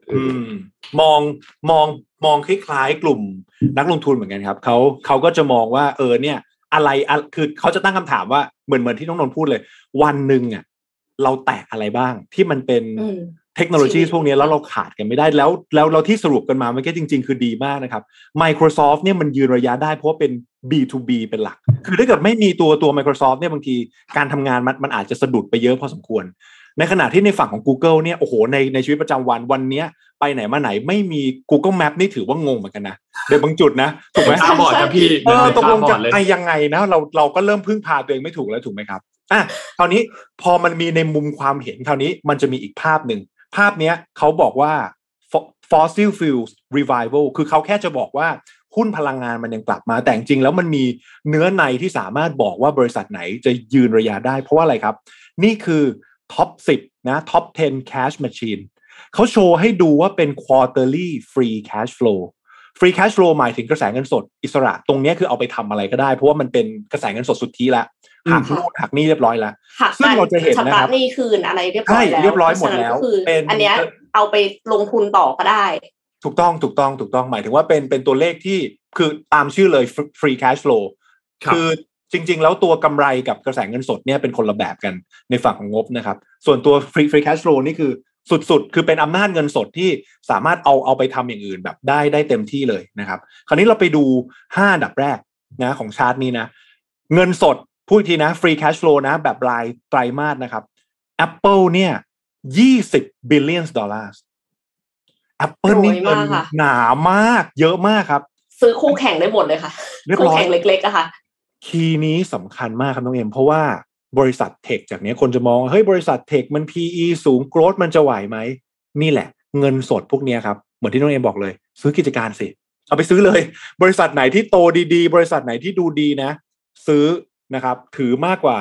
มองคล้ายๆกลุ่มนักลงทุนเหมือนกันครับเขาก็จะมองว่าเนี่ยอะไรคือเขาจะตั้งคำถามว่าเหมือนที่น้องนนท์พูดเลยวันหนึ่งอ่ะเราแตะอะไรบ้างที่มันเป็นเทคโนโลยีพวกนี้แล้วเราขาดกันไม่ได้แล้วเราที่สรุปกันมาเมื่อกี้จริงๆคือดีมากนะครับ Microsoft เนี่ยมันยืนระยะได้เพราะว่าเป็น B2B เป็นหลักคือถ้าเกิดไม่มีตัว Microsoft เนี่ยบางทีการทำงานมันอาจจะสะดุดไปเยอะพอสมควรในขณะที่ในฝั่งของ Google เนี่ยโอ้โหในชีวิตประจำวันนี้ไปไหนมาไหนไม่มี Google Map นี่ถือว่างงเหมือนกันนะโดยบางจุดนะถูกไหมตาบอดนะพี่ตกลงจะยังไงนะเราก็เริ่มพึ่งพาตัวเองไม่ถูกแล้วถูกไหมครับคราวนี้พอมันมีในมุมความเห็นคราวนี้มันจะมีอีกภาพหนึ่งภาพนี้เขาบอกว่า fossil fuels revival คือเขาแค่จะบอกว่าหุ้นพลังงานมันยังกลับมาแต่จริงแล้วมันมีเนื้อในที่สามารถบอกว่าบริษัทไหนจะยืนระยะได้เพราะว่าอะไรครับนี่คือท็อป10นะท็อป10 cash machine เขาโชว์ให้ดูว่าเป็น quarterly free cash flow free cash flow หมายถึงกระแสเงินสดอิสระตรงนี้คือเอาไปทำอะไรก็ได้เพราะว่ามันเป็นกระแสเงินสดสุทธิแล้วหักนู่นหักนี่เรียบร้อยแล้วซึ่งเราจะเห็นนะครับนี่คืนอะไรเรียบร้อยแล้วเรียบร้อยหมดแล้วเป็นอันนี้เอาไปลงทุนต่อก็ได้ถูกต้องหมายถึงว่าเป็นตัวเลขที่คือตามชื่อเลย free cash flow คือจริงๆแล้วตัวกำไรกับกระแสเงินสดเนี่ยเป็นคนละแบบกันในฝั่งของงบนะครับส่วนตัว free cash flow นี่คือสุดๆคือเป็นอำนาจเงินสดที่สามารถเอาไปทำอย่างอื่นแบบได้เต็มที่เลยนะครับคราวนี้เราไปดู5อันดับแรกนะของชาร์ตนี้นะเงินสดพูดทีนะ free cash flow นะแบบรายไตรมาสนะครับ Apple เนี่ย$20 billion Apple นี่เงินหนามากเยอะมากครับซื้อคู่แข่งได้หมดเลยค่ะคู่แข่งเล็กๆอะค่ะคีย์นี้สำคัญมากครับน้องเอ็มเพราะว่าบริษัทเทคจากนี้คนจะมองเฮ้ยบริษัทเทคมัน PE สูง growth มันจะไหวไหมนี่แหละเงินสดพวกนี้ครับเหมือนที่น้องเอ็มบอกเลยซื้อกิจการสิเอาไปซื้อเลยบริษัทไหนที่โตดีๆบริษัทไหนที่ดูดีนะซื้อนะครับถือมากกว่า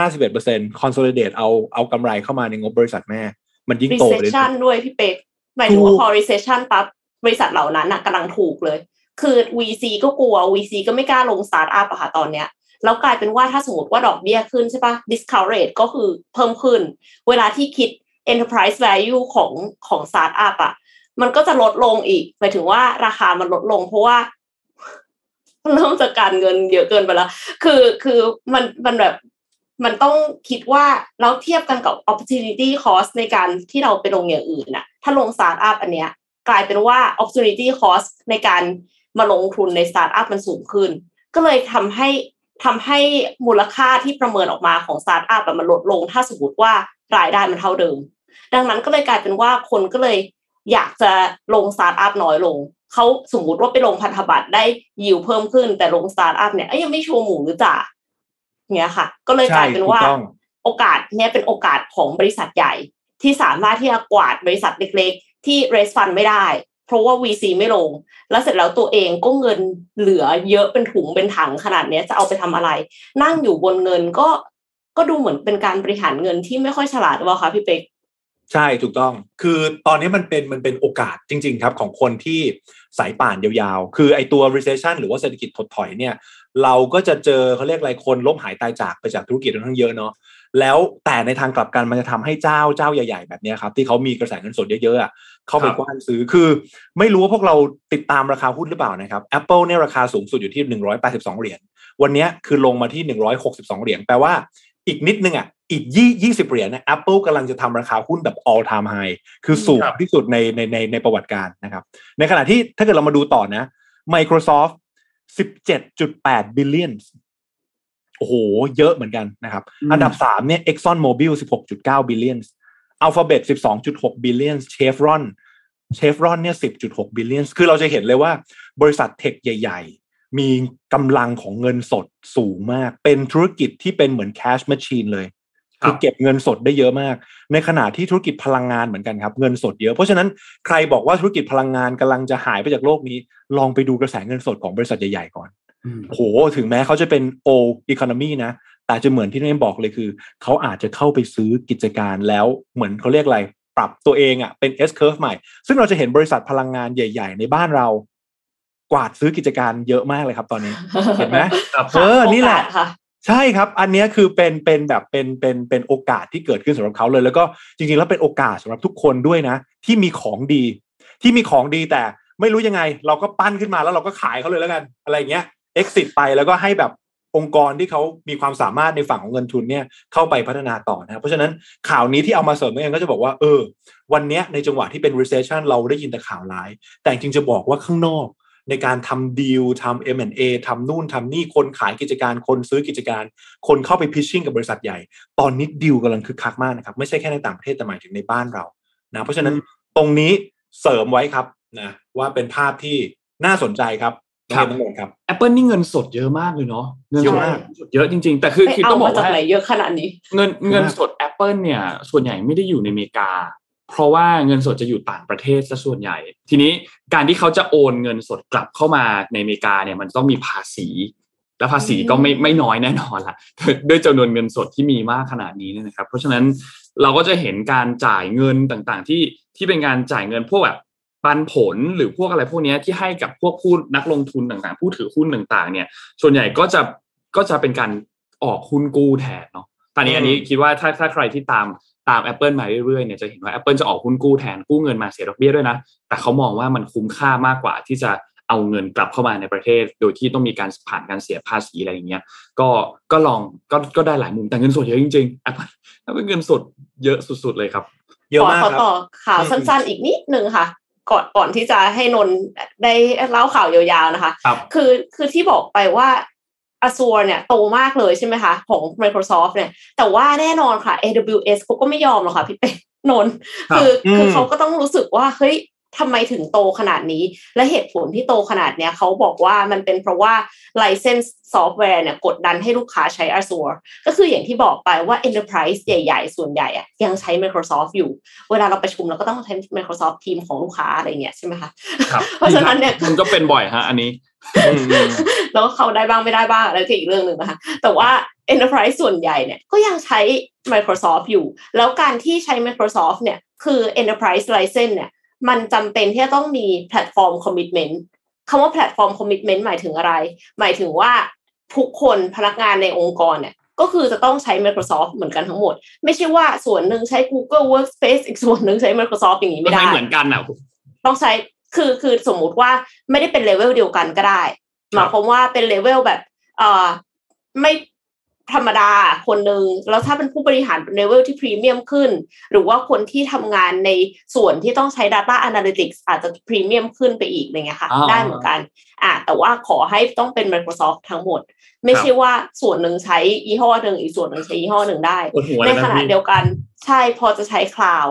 51% consolidate เอากำไรเข้ามาในงบบริษัทแม่มันยิ่งโตเลย recession ด้วยพี่เป็กหมายถึงว่าพอ recession ปั๊บบริษัทเหล่านั้นน่ะกำลังถูกเลยคือ VC ก็กลัว VC ก็ไม่กล้าลง startup อะค่ะตอนเนี้ยแล้วกลายเป็นว่าถ้าสมมติว่าดอกเบี้ยขึ้นใช่ปะ discount rate ก็คือเพิ่มขึ้นเวลาที่คิด enterprise value ของ startup อะมันก็จะลดลงอีกหมายถึงว่าราคามันลดลงเพราะว่าเริ่มจากการเงินเยอะเกินไปแล้วคือมันแบบมันต้องคิดว่าเราเทียบกันกับ opportunity cost ในการที่เราไปลงอย่างอื่นน่ะถ้าลง startup อันเนี้ยกลายเป็นว่า opportunity cost ในการมาลงทุนใน startup มันสูงขึ้นก็เลยทำให้มูลค่าที่ประเมินออกมาของ startup มันลดลงถ้าสมมติว่ารายได้มันเท่าเดิมดังนั้นก็เลยกลายเป็นว่าคนก็เลยอยากจะลง startup น้อยลงเขาสมมุติว่าไปลงพันธบัตรได้ยิวเพิ่มขึ้นแต่ลง startup เนี่ยยังไม่ชัวร์หมูหรือจ่าเงี้ยค่ะก็เลยกลายเป็นว่าโอกาสเนี้ยเป็นโอกาสของบริษัทใหญ่ที่สามารถที่จะกวาดบริษัทเล็กๆที่ raise fund ไม่ได้เพราะว่า VC ไม่ลงแล้วเสร็จแล้วตัวเองก็เงินเหลือเยอะเป็นถุงเป็นถังขนาดนี้จะเอาไปทำอะไรนั่งอยู่บนเงินก็ดูเหมือนเป็นการบริหารเงินที่ไม่ค่อยฉลาดหรือเปล่าคะพี่เป๊กใช่ถูกต้องคือตอนนี้มันเป็นโอกาสจริงๆครับของคนที่สายป่านยาวๆคือไอตัว recession หรือว่าเศรษฐกิจถดถอยเนี่ยเราก็จะเจอเขาเรียกอะไรคนล้มหายตายจากไปจากธุรกิจค่อนข้างเยอะเนาะแล้วแต่ในทางกลับกันมันจะทำให้เจ้าใหญ่ๆแบบนี้ครับที่เขามีกระแสเงินสดเยอะๆเข้าไปกว้านซื้อคือไม่รู้ว่าพวกเราติดตามราคาหุ้นหรือเปล่านะครับ Apple เนี่ยราคาสูงสุดอยู่ที่$182วันนี้คือลงมาที่$162แปลว่าอีกนิดนึงอีก20เหรียญนะ Apple กำลังจะทำราคาหุ้นแบบ all time high คือสูงที่สุดในประวัติการนะครับในขณะที่ถ้าเกิดเรามาดูต่อนะ Microsoft 17.8 billion โอ้โหเยอะเหมือนกันนะครับอันดับ3เนี่ย Exxon Mobil 16.9 billion Alphabet 12.6 billion Chevronเนี่ย 10.6 billion คือเราจะเห็นเลยว่าบริษัทเทคใหญ่ๆมีกำลังของเงินสดสูงมากเป็นธุรกิจที่เป็นเหมือน cash machine เลยคือเก็บเงินสดได้เยอะมากในขณะที่ธุรกิจพลังงานเหมือนกันครับเงินสดเยอะเพราะฉะนั้นใครบอกว่าธุรกิจพลังงานกำลังจะหายไปจากโลกนี้ลองไปดูกระแสเงินสดของบริษัทใหญ่ๆก่อนโหถึงแม้เขาจะเป็น old economy นะแต่จะเหมือนที่น้องเอ็มบอกเลยคือเขาอาจจะเข้าไปซื้อกิจการแล้วเหมือนเขาเรียกอะไรปรับตัวเองเป็น S curve ใหม่ซึ่งเราจะเห็นบริษัทพลังงานใหญ่ๆในบ้านเรากวาดซื้อกิจการเยอะมากเลยครับตอนนี้ เห็นไหมนี่แหละใช่ครับอันนี้คือเป็นแบบเป็นโอกาสที่เกิดขึ้นสำหรับเขาเลยแล้วก็จริงๆแล้วเป็นโอกาสสำหรับทุกคนด้วยนะที่มีของดีแต่ไม่รู้ยังไงเราก็ปั้นขึ้นมาแล้วเราก็ขายเขาเลยแล้วกันอะไรเงี้ย exit ไปแล้วก็ให้แบบองค์กรที่เขามีความสามารถในฝั่งของเงินทุนเนี่ยเข้าไปพัฒนาต่อนะเพราะฉะนั้นข่าวนี้ที่เอามาเสริมเองก็จะบอกว่าวันนี้ในจังหวะที่เป็น recession เราได้ยินแต่ข่าวร้ายแต่จริงจะบอกว่าข้างนอกในการทำดีลทำ M&A ทำนู่นทำนี่คนขายกิจการคนซื้อกิจการคนเข้าไป pitching กับบริษัทใหญ่ตอนนี้ดีลกำลังคึกคักมากนะครับไม่ใช่แค่ในต่างประเทศแต่หมายถึงในบ้านเรานะเพราะฉะนั้นตรงนี้เสริมไว้ครับนะว่าเป็นภาพที่น่าสนใจครับครับ Apple นี่เงินสดเยอะมากเลยเนาะเงินสดเยอะจริงๆแต่คือต้องบอกว่าเยอะขนาดนี้เงินสด Apple เนี่ยส่วนใหญ่ไม่ได้อยู่ในอเมริกาเพราะว่าเงินสดจะอยู่ต่างประเทศซะส่วนใหญ่ทีนี้การที่เขาจะโอนเงินสดกลับเข้ามาในอเมริกาเนี่ยมันต้องมีภาษีและภาษีก็ไม่น้อยแน่นอนละด้วยจำนวนเงินสดที่มีมากขนาดนี้นะครับเพราะฉะนั้นเราก็จะเห็นการจ่ายเงินต่างๆที่เป็นการจ่ายเงินพวกแบบปันผลหรือพวกอะไรพวกนี้ที่ให้กับพวกผู้นักลงทุนต่างๆผู้ถือหุ้นต่างๆเนี่ยส่วนใหญ่ก็จะเป็นการออกหุ้นกู้แทนเนาะตอนนี้อันนี้คิดว่าถ้าใครที่ตาม Apple มาเรื่อยๆเนี่ยจะเห็นว่า Apple จะออกหุ้นกู้แทนกู้เงินมาเสียดอกเบี้ยด้วยนะแต่เขามองว่ามันคุ้มค่ามากกว่าที่จะเอาเงินกลับเข้ามาในประเทศโดยที่ต้องมีการผ่านการเสียภาษีอะไรอย่างเงี้ยก็ลองก็ได้หลายมุมแต่เงินสดเยอะจริงๆ Apple เงินสดเยอะสุดๆเลยครับเยอะมากครับขอต่อข่าวสั้นๆอีกนิดนึงค่ะก่อนที่จะให้นนได้เล่าข่าวยาวๆนะคะคือที่บอกไปว่า Azure เนี่ยโตมากเลยใช่ไหมคะของ Microsoft เนี่ยแต่ว่าแน่นอนค่ะ AWS เขาก็ไม่ยอมหรอกค่ะพี่เป้นนคือเขาก็ต้องรู้สึกว่าเฮ้ยทำไมถึงโตขนาดนี้และเหตุผลที่โตขนาดเนี้ยเขาบอกว่ามันเป็นเพราะว่า license software เนี่ยกดดันให้ลูกค้าใช้ Azure ก็คืออย่างที่บอกไปว่า enterprise ใหญ่ๆส่วนใหญ่อะยังใช้ Microsoft อยู่เวลาเราประชุมเราก็ต้องใช้ Microsoft ทีมของลูกค้าอะไรเงี้ยใช่ไหมคะเพราะฉะนั้นเนี่ยมันก็เป็นบ่อยฮะอันนี้แล้วเขาได้บ้างไม่ได้บ้างอะไรก็อีกเรื่องนึงนะคะแต่ว่า enterprise ส่วนใหญ่เนี่ยก็ยังใช้ Microsoft อยู่แล้วการที่ใช้ Microsoft เนี่ยคือ enterprise license เนี่ยมันจำเป็นที่จะต้องมีแพลตฟอร์มคอมมิตเมนต์คำว่าแพลตฟอร์มคอมมิตเมนต์หมายถึงอะไรหมายถึงว่าทุกคนพนักงานในองค์กรเนี่ยก็คือจะต้องใช้ Microsoft เหมือนกันทั้งหมดไม่ใช่ว่าส่วนหนึ่งใช้ Google Workspace อีกส่วนหนึ่งใช้ Microsoft อย่างนี้ไม่ได้ไม่เหมือนกันอ่ะต้องใช้คือสมมุติว่าไม่ได้เป็นเลเวลเดียวกันก็ได้หมายความว่าเป็นเลเวลแบบไม่ธรรมดาคนนึงแล้วถ้าเป็นผู้บริหารเป็นเลเวลที่พรีเมียมขึ้นหรือว่าคนที่ทำงานในส่วนที่ต้องใช้ Data Analytics อาจจะพรีเมียมขึ้นไปอีกอะไรเงี้ยค่ะได้เหมือนกันแต่ว่าขอให้ต้องเป็น Microsoft ทั้งหมดไม่ใช่ว่าส่วนหนึ่งใช้ยี่ห้อหนึ่งอีกส่วนหนึ่งใช้ยี่ห้อหนึ่งได้ในขณะเดียวกันใช่พอจะใช้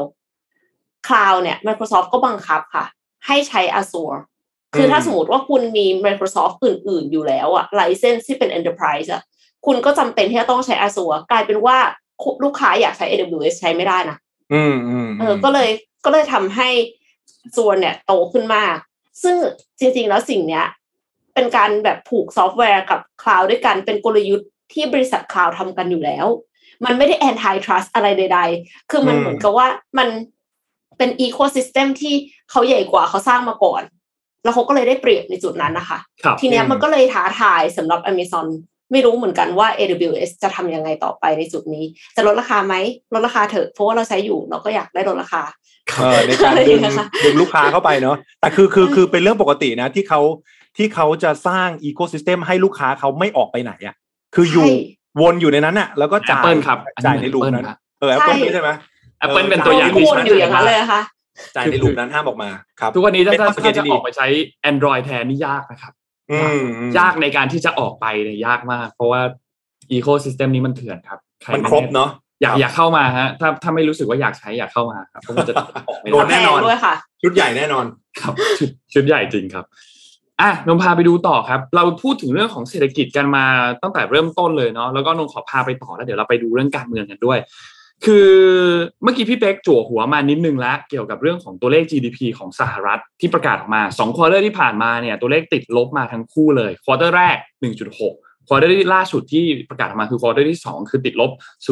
Cloud เนี่ย Microsoft ก็บังคับค่ะให้ใช้ Azure คือถ้าสมมติว่าคุณมี Microsoft อื่นๆอยู่แล้วlicense ที่เป็น Enterprise คุณก็จำเป็นที่จะต้องใช้ Azure กลายเป็นว่าลูกค้าอยากใช้ AWS ใช้ไม่ได้นะก็เลยทำให้ Azure เนี่ยโตขึ้นมากซึ่งจริงๆแล้วสิ่งเนี้ยเป็นการแบบผูกซอฟต์แวร์กับ Cloud ด้วยกันเป็นกลยุทธ์ที่บริษัท Cloud ทำกันอยู่แล้วมันไม่ได้ anti trust อะไรใดๆคือมันเหมือนกับว่ามันเป็น ecosystem ที่เขาใหญ่กว่าเขาสร้างมาก่อนแล้วเขาก็เลยได้เปรียบในจุดนั้นนะคะทีเนี้ยมันก็เลยท้าทายสำหรับ Amazonไม่รู้เหมือนกันว่า AWS จะทำยังไงต่อไปในจุดนี้จะลดราคาไหมลดราคาเถอะเพราะว่าเราใช้อยู่เราก็อยากได้ลดราคาในการดึงลูกค้าเข้าไปเนาะแต่คือเป็นเรื่องปกตินะที่เขาจะสร้างอีโคซิสเต็มให้ลูกค้าเขาไม่ออกไปไหนคือวนอยู่ในนั้นน่ะแล้วก็จ่าย Apple ครับจ่ายในลูปนั้นApple ใช่ไหม Apple เป็นตัวอย่างที่วนอยู่อย่างนั้นเลยค่ะจ่ายในลูปนั้นห้ามออกมาครับทุกวันนี้ถ้าจะออกไปใช้ Android แทนนี่ยากนะครับยากในการที่จะออกไปเนี่ยยากมากเพราะว่า ecosystem นี้มันเถื่อนครับมันครบเนาะอยากเข้ามาฮะถ้าไม่รู้สึกว่าอยากใช้อยากเข้ามาครับเพราะมันจะออกไม่ได้โดนแน่นอนด้วยค่ะชุดใหญ่แน่นอนครับชุดใหญ่จริงครับนนพาไปดูต่อครับเราพูดถึงเรื่องของเศรษฐกิจกันมาตั้งแต่เริ่มต้นเลยเนาะแล้วก็นนขอพาไปต่อแล้วเดี๋ยวเราไปดูเรื่องการเมืองกันด้วยคือเมื่อกี้พี่เป๊กจั่วหัวมานิดนึงแล้วเกี่ยวกับเรื่องของตัวเลข GDP ของสหรัฐที่ประกาศออกมา2 ควอเตอร์ที่ผ่านมาเนี่ยตัวเลขติดลบมาทั้งคู่เลยควอเตอร์แรก 1.6 ควอเตอร์ที่ล่าสุดที่ประกาศออกมาคือควอเตอร์ที่2คือติดลบ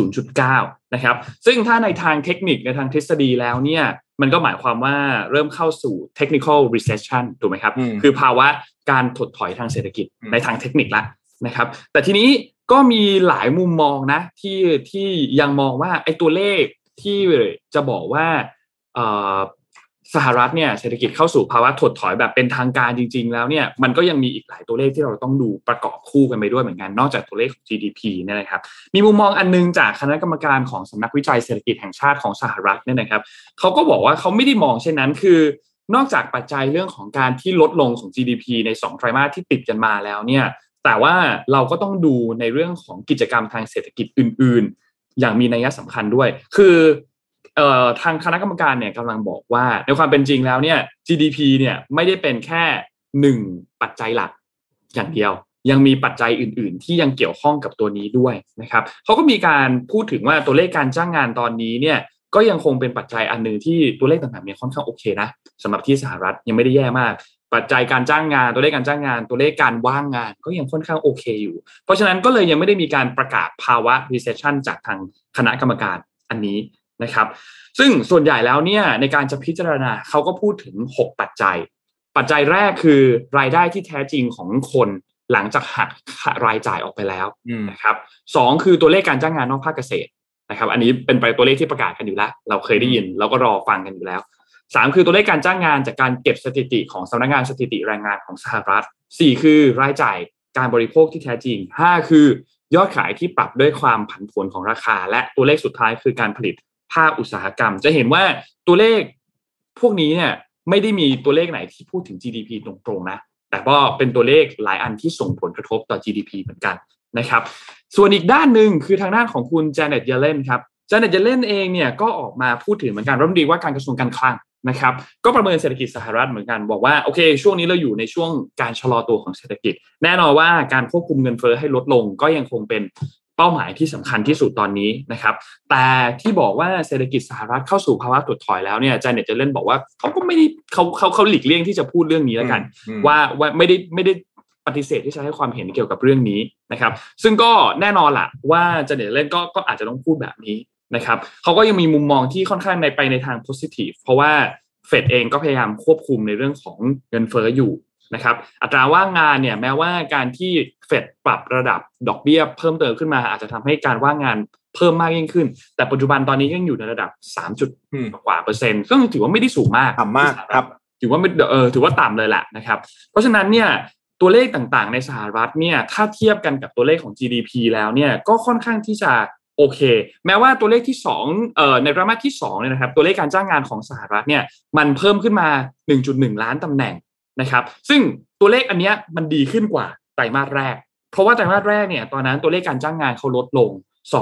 0.9 นะครับซึ่งถ้าในทางเทคนิคในทางทฤษฎีแล้วเนี่ยมันก็หมายความว่าเริ่มเข้าสู่ technical recession ถูกไหมครับคือภาวะการถดถอยทางเศรษฐกิจในทางเทคนิคละนะครับแต่ทีนี้ก็มีหลายมุมมองนะที่ยังมองว่าไอ้ตัวเลขที่จะบอกว่าสหรัฐเนี่ยเศรษฐกิจเข้าสู่ภาวะถดถอยแบบเป็นทางการจริงๆแล้วเนี่ยมันก็ยังมีอีกหลายตัวเลขที่เราต้องดูประกอบคู่กันไปด้วยเหมือนกันนอกจากตัวเลขของ GDP เนี่ยนะครับมีมุมมองอันนึงจากคณะกรรมการของสำนักวิจัยเศรษฐกิจแห่งชาติของสหรัฐเนี่ยนะครับเขาก็บอกว่าเขาไม่ได้มองเช่นนั้นคือนอกจากปัจจัยเรื่องของการที่ลดลงของ GDP ใน2 ไตรมาสที่ติดกันมาแล้วเนี่ยแต่ว่าเราก็ต้องดูในเรื่องของกิจกรรมทางเศรษฐกิจอื่นๆอย่างมีนัยสำคัญด้วยคือทางคณะกรรมการเนี่ยกำลังบอกว่าในความเป็นจริงแล้วเนี่ย GDP เนี่ยไม่ได้เป็นแค่1ปัจจัยหลักอย่างเดียวยังมีปัจจัยอื่นๆที่ยังเกี่ยวข้องกับตัวนี้ด้วยนะครับเขาก็มีการพูดถึงว่าตัวเลขการจ้างงานตอนนี้เนี่ยก็ยังคงเป็นปัจจัยอันนึงที่ตัวเลขต่างๆเนี่ยค่อนข้างโอเคนะสำหรับที่สหรัฐยังไม่ได้แย่มากปัจจัยการจ้างงานตัวเลขการจ้างงานตัวเลขการว่างงานก็ยังค่อนข้างโอเคอยู่เพราะฉะนั้นก็เลยยังไม่ได้มีการประกาศภาวะ recession จากทางคณะกรรมการอันนี้นะครับซึ่งส่วนใหญ่แล้วเนี่ยในการจะพิจารณาเขาก็พูดถึง6ปัจจัยแรกคือรายได้ที่แท้จริงของคนหลังจากหักรายจ่ายออกไปแล้วนะครับ2คือตัวเลขการจ้างงานนอกภาคเกษตรนะครับอันนี้เป็นไปตัวเลขที่ประกาศกันอยู่แล้วเราเคยได้ยินเราก็รอฟังกันอยู่แล้ว3คือตัวเลขการจ้างงานจากการเก็บสถิติของสำนักงานสถิติแรงงานของสหรัฐ4คือรายจ่ายการบริโภคที่แท้จริง5คือยอดขายที่ปรับด้วยความผันผวนของราคาและตัวเลขสุดท้ายคือการผลิตภาคอุตสาหกรรมจะเห็นว่าตัวเลขพวกนี้เนี่ยไม่ได้มีตัวเลขไหนที่พูดถึง GDP ตรงๆนะแต่ก็เป็นตัวเลขหลายอันที่ส่งผลกระทบต่อ GDP เหมือนกันนะครับส่วนอีกด้านหนึ่งคือทางด้านของคุณแจเน็ตเยเลนครับแจเน็ตเยเลนเองเนี่ยก็ออกมาพูดถึงเหมือนกันรัฐมนตรีว่าการกระทรวงการคลังนะครับก็ประเมินเศรษฐกิจสหรัฐเหมือนกันบอกว่าโอเคช่วงนี้เราอยู่ในช่วงการชะลอตัวของเศรษฐกิจแน่นอนว่าการควบคุมเงินเฟ้อให้ลดลงก็ยังคงเป็นเป้าหมายที่สำคัญที่สุดตอนนี้นะครับแต่ที่บอกว่าเศรษฐกิจสหรัฐเข้าสู่ภาวะถดถอยแล้วเนี่ยแจเน็ตเยเลนบอกว่าเขาก็ไม่ได้เขาหลีกเลี่ยงที่จะพูดเรื่องนี้แล้วกันว่าไม่ได้ปฏิเสธที่จะให้ความเห็นเกี่ยวกับเรื่องนี้นะครับซึ่งก็แน่นอนล่ะว่าแจเน็ตเยเลนก็อาจจะต้องพูดแบบนี้นะครับเขาก็ยังมีมุมมองที่ค่อนข้างไปในทาง positive เพราะว่าเฟดเองก็พยายามควบคุมในเรื่องของเงินเฟ้ออยู่นะครับอัตราว่างงานเนี่ยแม้ว่าการที่เฟดปรับระดับดอกเบี้ยเพิ่มเติมขึ้นมาอาจจะทำให้การว่างงานเพิ่มมากยิ่งขึ้นแต่ปัจจุบันตอนนี้ยังอยู่ในระดับ3%กว่าซึ่งถือว่าไม่ได้สูงมากต่ำมากครับถือว่าถือว่าต่ำเลยแหละนะครับเพราะฉะนั้นเนี่ยตัวเลขต่างๆในสหรัฐเนี่ยถ้าเทียบกันกับตัวเลขของ GDP แล้วเนี่ยก็ค่อนข้างที่จะโอเคแม้ว่าตัวเลขที่2ในไตรมาสที่2เนี่ยนะครับตัวเลขการจ้างงานของสหรัฐเนี่ยมันเพิ่มขึ้นมา 1.1 ล้านตำแหน่งนะครับซึ่งตัวเลขอันเนี้ยมันดีขึ้นกว่าไตรมาสแรกเพราะว่าไตรมาสแรกเนี่ยตอนนั้นตัวเลขการจ้างงานเขาลดลง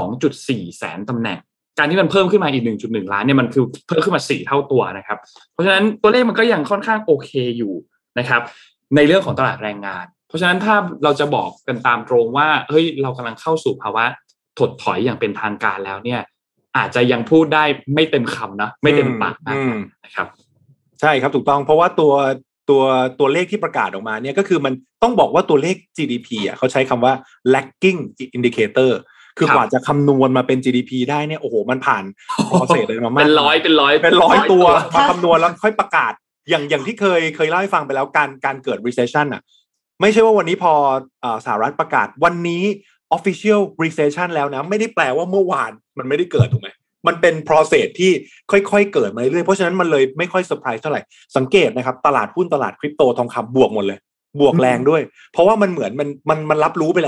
2.4 แสนตำแหน่งการที่มันเพิ่มขึ้นมาอีก 1.1 ล้านเนี่ยมันคือเพิ่มขึ้นมา4เท่าตัวนะครับเพราะฉะนั้นตัวเลขมันก็ยังค่อนข้างโอเคอยู่นะครับในเรื่องของตลาดแรงงานเพราะฉะนั้นถ้าเราจะบอกกันตามตรงว่าเฮ้ยเรากำลังเข้าสู่ภาวะถดถอยอย่างเป็นทางการแล้วเนี่ยอาจจะยังพูดได้ไม่เต็มคำนะไม่เต็มปากนะครับใช่ครับถูกต้องเพราะว่าตัวเลขที่ประกาศออกมาเนี่ยก็คือมันต้องบอกว่าตัวเลข GDP อ่ะเขาใช้คำว่า lagging indicator คือกว่าจะคำนวณมาเป็น GDP ได้เนี่ยโอ้โหมันผ่านโปรเซสเลยมาเป็นร้อยตัวมาคำนวณแล้วค่อยประกาศอย่างที่เคยเล่าให้ฟังไปแล้วการเกิด recession อ่ะไม่ใช่ว่าวันนี้พอสหรัฐประกาศวันนี้ official recession แล้วนะไม่ได้แปลว่าเมื่อวานมันไม่ได้เกิดถูกไหมมันเป็น process ที่ค่อยๆเกิดมาเรื่อยๆเพราะฉะนั้นมันเลยไม่ค่อยเซอร์ไพรส์เท่าไหร่สังเกตนะครับตลาดหุ้นตลาดคริปโตทองคำบวกหมดเลยบวกแรงด้วยเพราะว่ามันเหมือนมันรับรู้ไปแล้วอ่ะ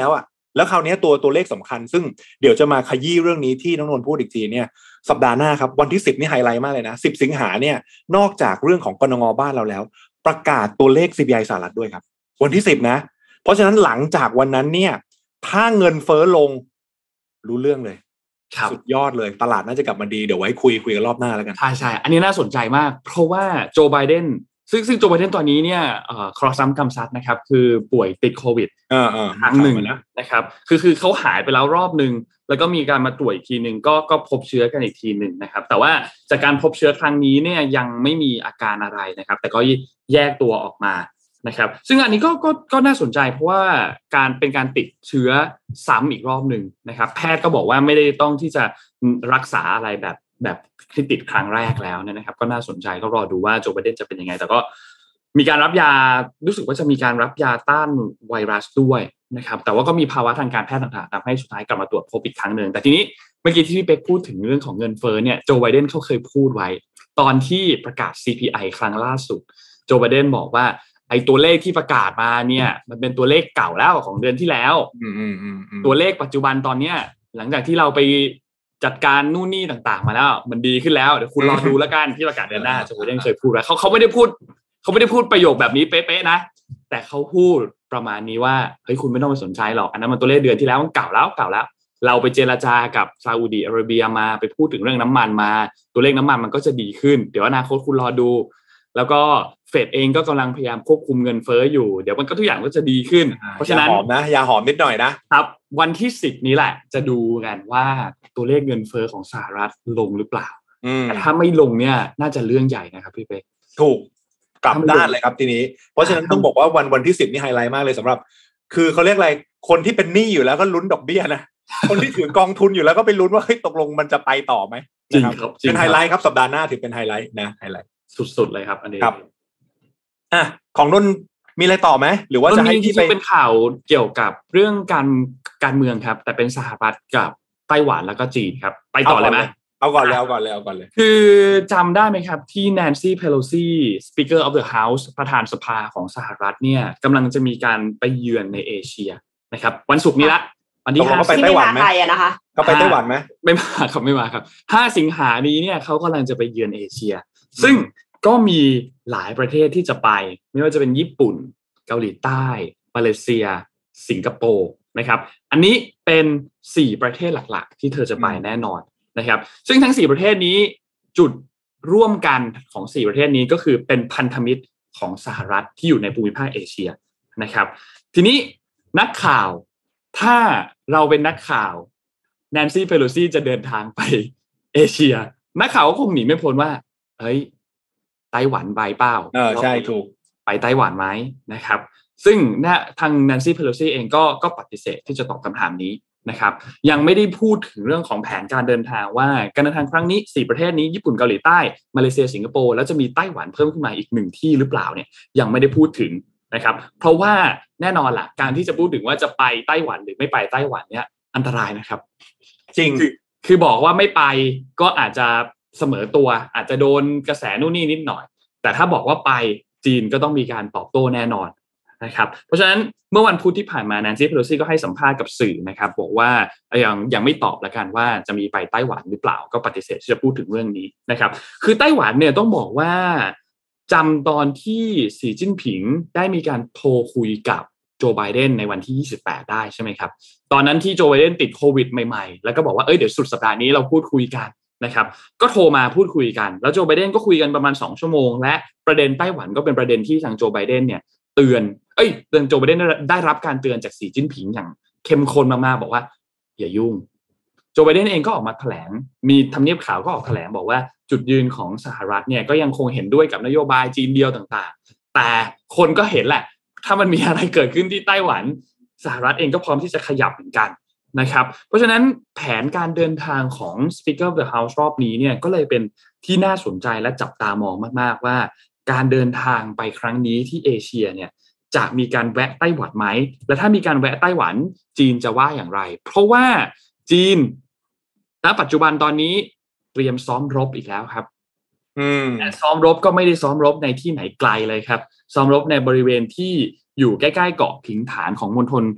แล้วคราวนี้ตัวเลขสำคัญซึ่งเดี๋ยวจะมาขยี้เรื่องนี้ที่น้องนนท์พูดอีกทีเนี่ยสัปดาห์หน้าครับวันที่10นี่ไฮไลท์มากเลยนะ10สิงหาเนี่ยนอกจากเรื่องของกนง.บ้านเราแล้วประกาศตัวเลข CPI สหรัฐด้วยครับวันที่10นะเพราะฉะนั้นหลังจากวันนั้นเนี่ยถ้าเงินเฟ้อลงรู้เรื่องเลยสุดยอดเลยตลาดน่าจะกลับมาดีเดี๋ยวไว้คุยกันรอบหน้าแล้วกันใช่อันนี้น่าสนใจมากเพราะว่าโจไบเดนซึ่งโจไบเดนตอนนี้เนี่ยครอซ้ำกำซัดนะครับคือป่วยติดโควิดครั้งหนึ่งนะครับคือเขาหายไปแล้วรอบนึงแล้วก็มีการมาตรวจอีกทีนึงก็พบเชื้อกันอีกทีนึงนะครับแต่ว่าจากการพบเชื้อครั้งนี้เนี่ยยังไม่มีอาการอะไรนะครับแต่ก็แยกตัวออกมานะครับซึ่งอันนี้ก็น่าสนใจเพราะว่าเป็นการติดเชื้อซ้ำอีกรอบนึงนะครับแพทย์ก็บอกว่าไม่ได้ต้องที่จะรักษาอะไรแบบที่ติดครั้งแรกแล้วนะครับก็น่าสนใจก็รอดูว่าโจไบเดนจะเป็นยังไงแต่ก็มีการรับยารู้สึกว่าจะมีการรับยาต้านไวรัสด้วยนะครับแต่ว่าก็มีภาวะทางการแพทย์ต่างๆทำให้สุดท้ายกลับมาตรวจพบอีกครั้งนึงแต่ทีนี้เมื่อกี้ที่พี่เป๊กพูดถึงเรื่องของเงินเฟ้อเนี่ยโจไบเดนเขาเคยพูดไว้ตอนที่ประกาศ CPI ครั้งล่าสุดโจไบเดนบอกว่าไอ้ตัวเลขที่ประกาศมาเนี่ยมันเป็นตัวเลขเก่าแล้วของเดือนที่แล้วตัวเลขปัจจุบันตอนเนี้ยหลังจากที่เราไปจัดการนู่นนี่ต่างๆมาแล้วมันดีขึ้นแล้วเดี๋ยวคุณรอดูแล้วกันที่ประกาศเดือนหน้าโจไบเดนเคยพูดแล้วเขาไม่ได้พูดประโยคแบบนี้เป๊ะๆนะแต่เขาพูดประมาณนี้ว่าเฮ้ยคุณไม่ต้องไปสนใจหรอกอันนั้นมันตัวเลขเดือนที่แล้วมันเก่าแล้วเราไปเจรจากับซาอุดิอาระเบียมาไปพูดถึงเรื่องน้ำมันมาตัวเลขน้ำมันมันก็จะดีขึ้นเดี๋ยวอนาคตคุณรอดูแล้วก็เฟดเองก็กำลังพยายามควบคุมเงินเฟ้ออยู่เดี๋ยวมันก็ทุกอย่างก็จะดีขึ้นเพราะฉะนั้นยาหอมนิดหน่อยนะครับวันที่10นี้แหละจะดูกันว่าตัวเลขเงินเฟ้อของสหรัฐลงหรือเปล่าแต่ถ้าไม่ลงเนี่ยน่าจะเรื่องใหญ่นะครับพี่เป๊กถูกกลับด้านเลยครับทีนี้เพราะฉะนั้นต้องบอกว่าวันที่10นี่ไฮไลท์มากเลยสำหรับคือเขาเรียกอะไรคนที่เป็นหนี้อยู่แล้วก็ลุ้นดอกเบี้ยนะคนที่ถือกองทุนอยู่แล้วก็ไปลุ้นว่าเฮ้ยตกลงมันจะไปต่อไหมนะครับเป็นไฮไลท์ครับสัปดาห์หน้าถือเป็นไฮไลท์นะไฮไลท์สุดๆเลยครับอันนี้ครับของนนมีอะไรต่อไหมหรือว่าจะให้ที่เป็นข่าวเกี่ยวกับเรื่องการเมืองครับแต่เป็นสหรัฐกับไต้หวันแล้วก็จีนครับไปต่อเลยไหมเอาก่อนเลยคือจำได้ไหมครับที่ Nancy Pelosi Speaker of the House ประธานสภาของสหรัฐเนี่ยกำลังจะมีการไปเยือนในเอเชียนะครับวันศุกร์นี้ละวันที่ 5 ไปไต้หวันไหมเขาไปไต้หวันไหมไม่มาครับ5 สิงหานี้เนี่ยเขากำลังจะไปเยือนเอเชียซึ่งก็มีหลายประเทศที่จะไปไม่ว่าจะเป็นญี่ปุ่นเกาหลีใต้มาเลเซียสิงคโปร์นะครับอันนี้เป็น4ประเทศหลักๆที่เธอจะไปแน่นอนนะครับซึ่งทั้ง4ประเทศนี้จุดร่วมกันของ4ประเทศนี้ก็คือเป็นพันธมิตรของสหรัฐที่อยู่ในภูมิภาคเอเชียนะครับทีนี้นักข่าวถ้าเราเป็นนักข่าวแนนซี่เพโลซี่จะเดินทางไปเอเชียนักข่าวก็คงหนีไม่พ้นว่าเฮ้ยไต้หวันไปเปล่าใช่ถูกไปไต้หวันไหมนะครับซึ่งทางแนนซี่เพโลซี่เองก็ปฏิเสธที่จะตอบคำถามนี้นะครับยังไม่ได้พูดถึงเรื่องของแผนการเดินทางว่าการเดินทางครั้งนี้4ประเทศนี้ญี่ปุ่นเกาหลีใต้มาเลเซียสิงคโปร์แล้วจะมีไต้หวันเพิ่มขึ้นมาอีก1ที่หรือเปล่าเนี่ยยังไม่ได้พูดถึงนะครับเพราะว่าแน่นอนล่ะการที่จะพูดถึงว่าจะไปไต้หวันหรือไม่ไปไต้หวันเนี่ยอันตรายนะครับจริงคือบอกว่าไม่ไปก็อาจจะเสมอตัวอาจจะโดนกระแสนู่นนี่นิดหน่อยแต่ถ้าบอกว่าไปจีนก็ต้องมีการตอบโต้แน่นอนนะครับเพราะฉะนั้นเมื่อวันพุธที่ผ่านมาแนนซี่เพโลซี่ก็ให้สัมภาษณ์กับสื่อนะครับบอกว่ายังไม่ตอบละกันว่าจะมีไปไต้หวันหรือเปล่าก็ปฏิเสธที่จะพูดถึงเรื่องนี้นะครับคือไต้หวันเนี่ยต้องบอกว่าจำตอนที่สีจิ้นผิงได้มีการโทรคุยกับโจไบเดนในวันที่28ได้ใช่ไหมครับตอนนั้นที่โจไบเดนติดโควิดใหม่ๆแล้วก็บอกว่าเดี๋ยวสุดสัปดาห์นี้เราพูดคุยกันนะครับก็โทรมาพูดคุยกันแล้วโจไบเดนก็คุยกันประมาณ2ชั่วโมงและประเด็นไต้หวันก็เป็นประเด็นที่ทางโจไบเดนเนี่ยเตือนโจไบเดนได้รับการเตือนจากสีจิ้นผิงอย่างเข้มข้นมากๆบอกว่าอย่ายุ่งโจไบเดนเองก็ออกมาแถลงมีทำเนียบขาวก็ออกแถลงบอกว่าจุดยืนของสหรัฐเนี่ยก็ยังคงเห็นด้วยกับนโยบายจีนเดียวต่างๆแต่คนก็เห็นแหละถ้ามันมีอะไรเกิดขึ้นที่ไต้หวันสหรัฐเองก็พร้อมที่จะขยับเหมือนกันนะครับเพราะฉะนั้นแผนการเดินทางของ Speaker of the House รอบนี้เนี่ยก็เลยเป็นที่น่าสนใจและจับตามองมากๆว่าการเดินทางไปครั้งนี้ที่เอเชียเนี่ยจะมีการแวะไต้หวันไหมและถ้ามีการแวะไต้หวันจีนจะว่าอย่างไรเพราะว่าจีนณปัจจุบันตอนนี้เตรียมซ้อมรบอีกแล้วครับแต่ซ้อมรบก็ไม่ได้ซ้อมรบในที่ไหนไกลเลยครับซ้อมรบในบริเวณที่อยู่ใกล้ๆเกาะผิงฐานของมณฑล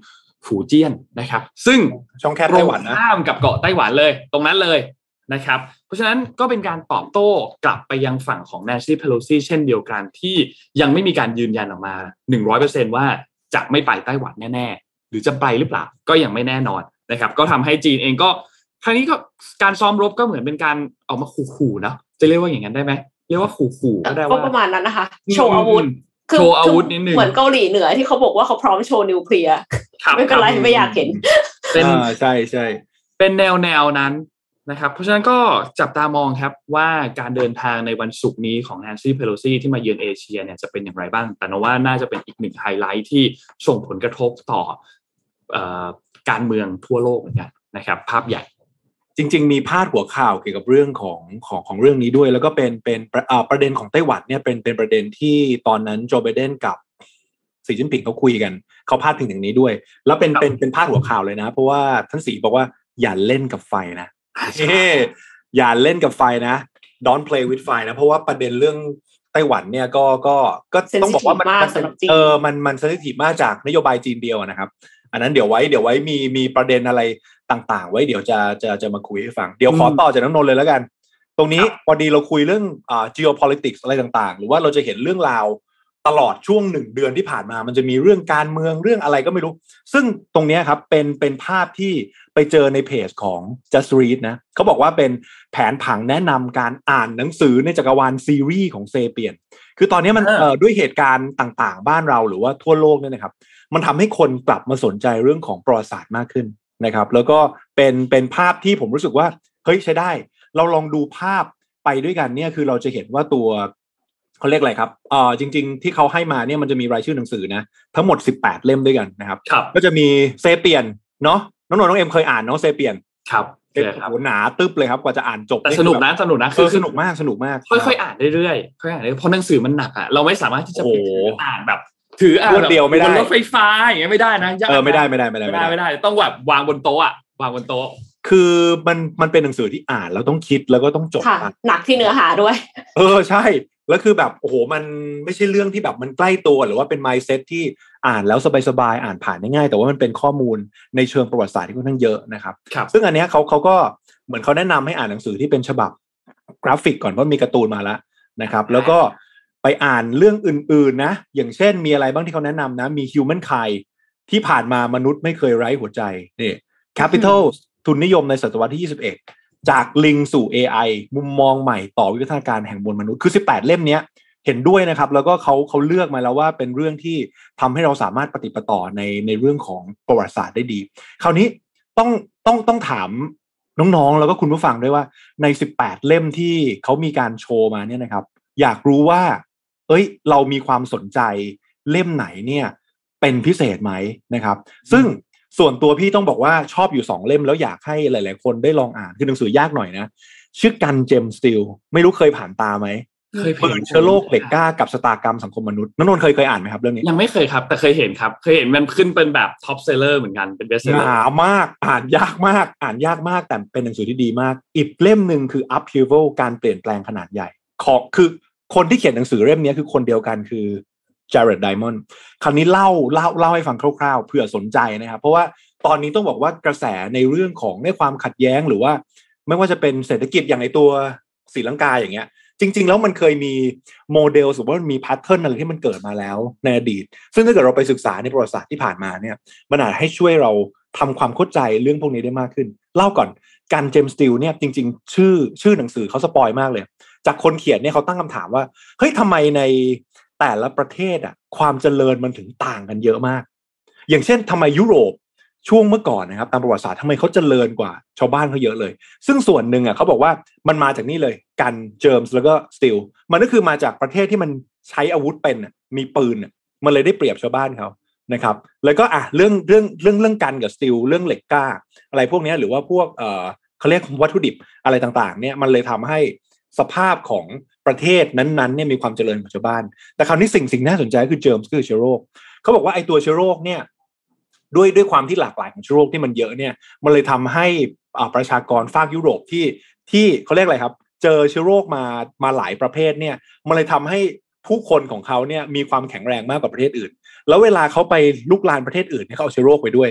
ฝูเจี้ยนนะครับซึ่งช่องแคบไต้หวันนะข้ามกับเกาะไต้หวันเลยตรงนั้นเลยนะครับเพราะฉะนั้นก็เป็นการตอบโต้กลับไปยังฝั่งของ Nancy Pelosi เช่นเดียวกันที่ยังไม่มีการยืนยันออกมา 100% ว่าจะไม่ไปไต้หวันแน่ๆหรือจะไปหรือเปล่าก็ยังไม่แน่นอนนะครับก็ทำให้จีนเองก็ครั้งนี้ก็การซ้อมรบก็เหมือนเป็นการออกมาขู่ๆนะจะเรียกว่าอย่างนั้นได้ไหมเรียกว่าขู่ๆก็ได้ว่าก็ประมาณนั้นนะคะโชว์อาวุธโชว์อาวุธนิดนึงเหมือนเกาหลีเหนือที่เขาบอกว่าเขาพร้อมโชว์นิวเคลียร์ไม่เป็นไรไม่อยากเห็นเป็นใช่ใช่เป็นแนวนั้นนะครับเพราะฉะนั้นก็จับตามองครับว่าการเดินทางในวันศุกร์นี้ของ Nancy Pelosi ที่มาเยือนเอเชียเนี่ยจะเป็นอย่างไรบ้างแต่นว่าน่าจะเป็นอีกหนึ่งไฮไลท์ที่ส่งผลกระทบต่อการเมืองทั่วโลกเหมือนกันนะครับภาพใหญ่จริงๆมีพาดหัวข่าวเกี่ยวกับเรื่องของเรื่องนี้ด้วยแล้วก็เป็นประเด็นของไต้หวันเนี่ยเป็นประเด็นที่ตอนนั้นโจไบเดนกับสีจิ้นผิงเขาคุยกันเขาพาดพิงถึงนี้ด้วยแล้วเป็นพาดหัวข่าวเลยนะเพราะว่าท่านสีบอกว่าอย่าเล่นกับไฟนะอย่าเล่นกับไฟนะ don't play with fire นะเพราะว่าประเด็นเรื่องไต้หวันเนี่ยก็ต้องบอกว่ามันเซนซิทีฟมากจากนโยบายจีนเดียวนะครับอันนั้นเดี๋ยวไว้มีประเด็นอะไรต่างๆไว้เดี๋ยวจะมาคุยให้ฟังเดี๋ยวขอต่อจากน้องนนท์เลยแล้วกันตรงนี้พอดีเราคุยเรื่อง geopolitics อะไรต่างๆหรือว่าเราจะเห็นเรื่องราวตลอดช่วง1 เดือนที่ผ่านมามันจะมีเรื่องการเมืองเรื่องอะไรก็ไม่รู้ซึ่งตรงนี้ครับเป็นภาพที่ไปเจอในเพจของ Just Read นะเขาบอกว่าเป็นแผนผังแนะนำการอ่านหนังสือในจักรวาลซีรีส์ของเซเปียนคือตอนนี้มันด้วยเหตุการณ์ต่างๆบ้านเราหรือว่าทั่วโลกเนี่ยนะครับมันทำให้คนกลับมาสนใจเรื่องของประวัติศาสตร์มากขึ้นนะครับแล้วก็เป็นภาพที่ผมรู้สึกว่าเฮ้ยใช้ได้เราลองดูภาพไปด้วยกันเนี่ยคือเราจะเห็นว่าตัวเขาเรียกอะไรครับจริงๆที่เขาให้มาเนี่ยมันจะมีรายชื่อหนังสือนะทั้งหมด18 เล่มด้วยกันนะครับก็จะมีเซเปียนเนาะน้องเอ็มเคยอ่านเนาะเซเปียนครับหนาตึ๊บเลยครับกว่าจะอ่านจบแต่สนุกนะคือสนุกมากค่อยๆอ่านเรื่อยๆเพราะหนังสือมันหนักอ่ะเราไม่สามารถที่จะอ่านแบบถืออ่านรวดเดียวไม่ได้บนรถไฟฟ้าอย่างเงี้ยไม่ได้นะไม่ได้ต้องแบบวางบนโต๊ะอ่ะวางบนโต๊ะคือมันเป็นหนังสือที่อ่านแล้วต้องคิดแล้วก็ต้องจดหนักที่เนื้อหาด้วยใช่แล้วคือแบบโอ้โหมันไม่ใช่เรื่องที่แบบมันใกล้ตัวหรือว่าเป็น mindset ที่อ่านแล้วสบายๆอ่านผ่านง่ายๆแต่ว่ามันเป็นข้อมูลในเชิงประวัติศาสตร์ที่ค่อนข้างเยอะนะครับซึ่งอันนี้เขาก็เหมือนเขาแนะนำให้อ่านหนังสือที่เป็นฉบับกราฟิกก่อนเพราะมีการ์ตูนมาแล้วนะครับแล้วก็ไปอ่านเรื่องอื่นๆนะอย่างเช่นมีอะไรบ้างที่เขาแนะนำนะมี Humankind ที่ผ่านมามนุษย์ไม่เคยไร้หัวใจนี่ Capital ทุนนิยมในศตวรรษที่21จากลิงสู่ AI มุมมองใหม่ต่อวิวัฒนาการแห่งมวลมนุษย์คือ18 เล่มนี้เห็นด้วยนะครับแล้วก็เขาเลือกมาแล้วว่าเป็นเรื่องที่ทำให้เราสามารถปฏิปต่อในเรื่องของประวัติศาสตร์ได้ดีคราวนี้ต้องถามน้องๆแล้วก็คุณผู้ฟังด้วยว่าใน18 เล่มที่เขามีการโชว์มาเนี่ยนะครับอยากรู้ว่าเรามีความสนใจเล่มไหนเนี่ยเป็นพิเศษไหมนะครับซึ่งส่วนตัวพี่ต้องบอกว่าชอบอยู่2 เล่มแล้วอยากให้หลายๆคนได้ลองอ่านคือหนังสือยากหน่อยนะชื่อกันเจมสตีลไม่รู้เคยผ่านตาไหมเปิดเชื้อโรคเหล็กกล้ากับชะตากรรมสังคมมนุษย์นนท์เคยอ่านไหมครับเรื่องนี้ยังไม่เคยครับแต่เคยเห็นครับเคยเห็นมันขึ้นเป็นแบบท็อปเซลเลอร์เหมือนกันเป็นเบสเซลเลอร์หนามากอ่านยากมากแต่เป็นหนังสือที่ดีมากอีกเล่มนึงคือ Upheaval การเปลี่ยนแปลงขนาดใหญ่คือคนที่เขียนหนังสือเล่มนี้คือคนเดียวกันคือ Jared Diamond คราวนี้เล่าให้ฟังคร่าวๆเผื่อสนใจนะครับเพราะว่าตอนนี้ต้องบอกว่ากระแสในเรื่องของในความขัดแย้งหรือว่าไม่ว่าจะเป็นเศรษฐกิจอย่างในตัวศรีลังกาอย่างเงี้ยจริงๆแล้วมันเคยมีโมเดลสมมติว่ามันมีแพทเทิร์นอะไรที่มันเกิดมาแล้วในอดีตซึ่งถ้าเกิดเราไปศึกษาในประวัติศาสตร์ที่ผ่านมาเนี่ยมันอาจให้ช่วยเราทำความเข้าใจเรื่องพวกนี้ได้มากขึ้นเล่าก่อนกันเจมส์สตีลเนี่ยจริงๆชื่อหนังสือเขาสปอยมากเลยจากคนเขียนเนี่ยเขาตั้งคำถามว่าเฮ้ยทำไมในแต่ละประเทศความเจริญมันถึงต่างกันเยอะมากอย่างเช่นทำไมยุโรปช่วงเมื่อก่อนนะครับตามประวัติศาสตร์ทำไมเขาเจริญกว่าชาวบ้านเขาเยอะเลยซึ่งส่วนหนึ่งเขาบอกว่ามันมาจากนี่เลยกันเจมส์แล้วก็สตีลมันก็คือมาจากประเทศที่มันใช้อาวุธเป็นมีปืนมันเลยได้เปรียบชาวบ้านเขานะครับแล้วก็เรื่องกันกับสตีลเรื่องเหล็กกล้าอะไรพวกนี้หรือว่าพวกเขาเรียกวัตถุดิบอะไรต่างๆเนี่ยมันเลยทำให้สภาพของประเทศนั้นๆเนี่ยมีความเจริญกว่าชาวบ้านแต่คราวนี้สิ่งน่าสนใจคือเจมส์คือเชื้อโรคเขาบอกว่าไอ้ตัวเชื้อโรคเนี่ยด้วยความที่หลากหลายของเชื้อโรคที่มันเยอะเนี่ยมันเลยทำให้ประชากรภาคยุโรปที่เขาเรียกอะไรครับเจอเชื้อโรคมาหลายประเภทเนี่ยมันเลยทำให้ผู้คนของเขาเนี่ยมีความแข็งแรงมากกว่าประเทศอื่นแล้วเวลาเขาไปลุกลานประเทศอื่นเนี่ยเขาเอาเชื้อโรคไปด้วย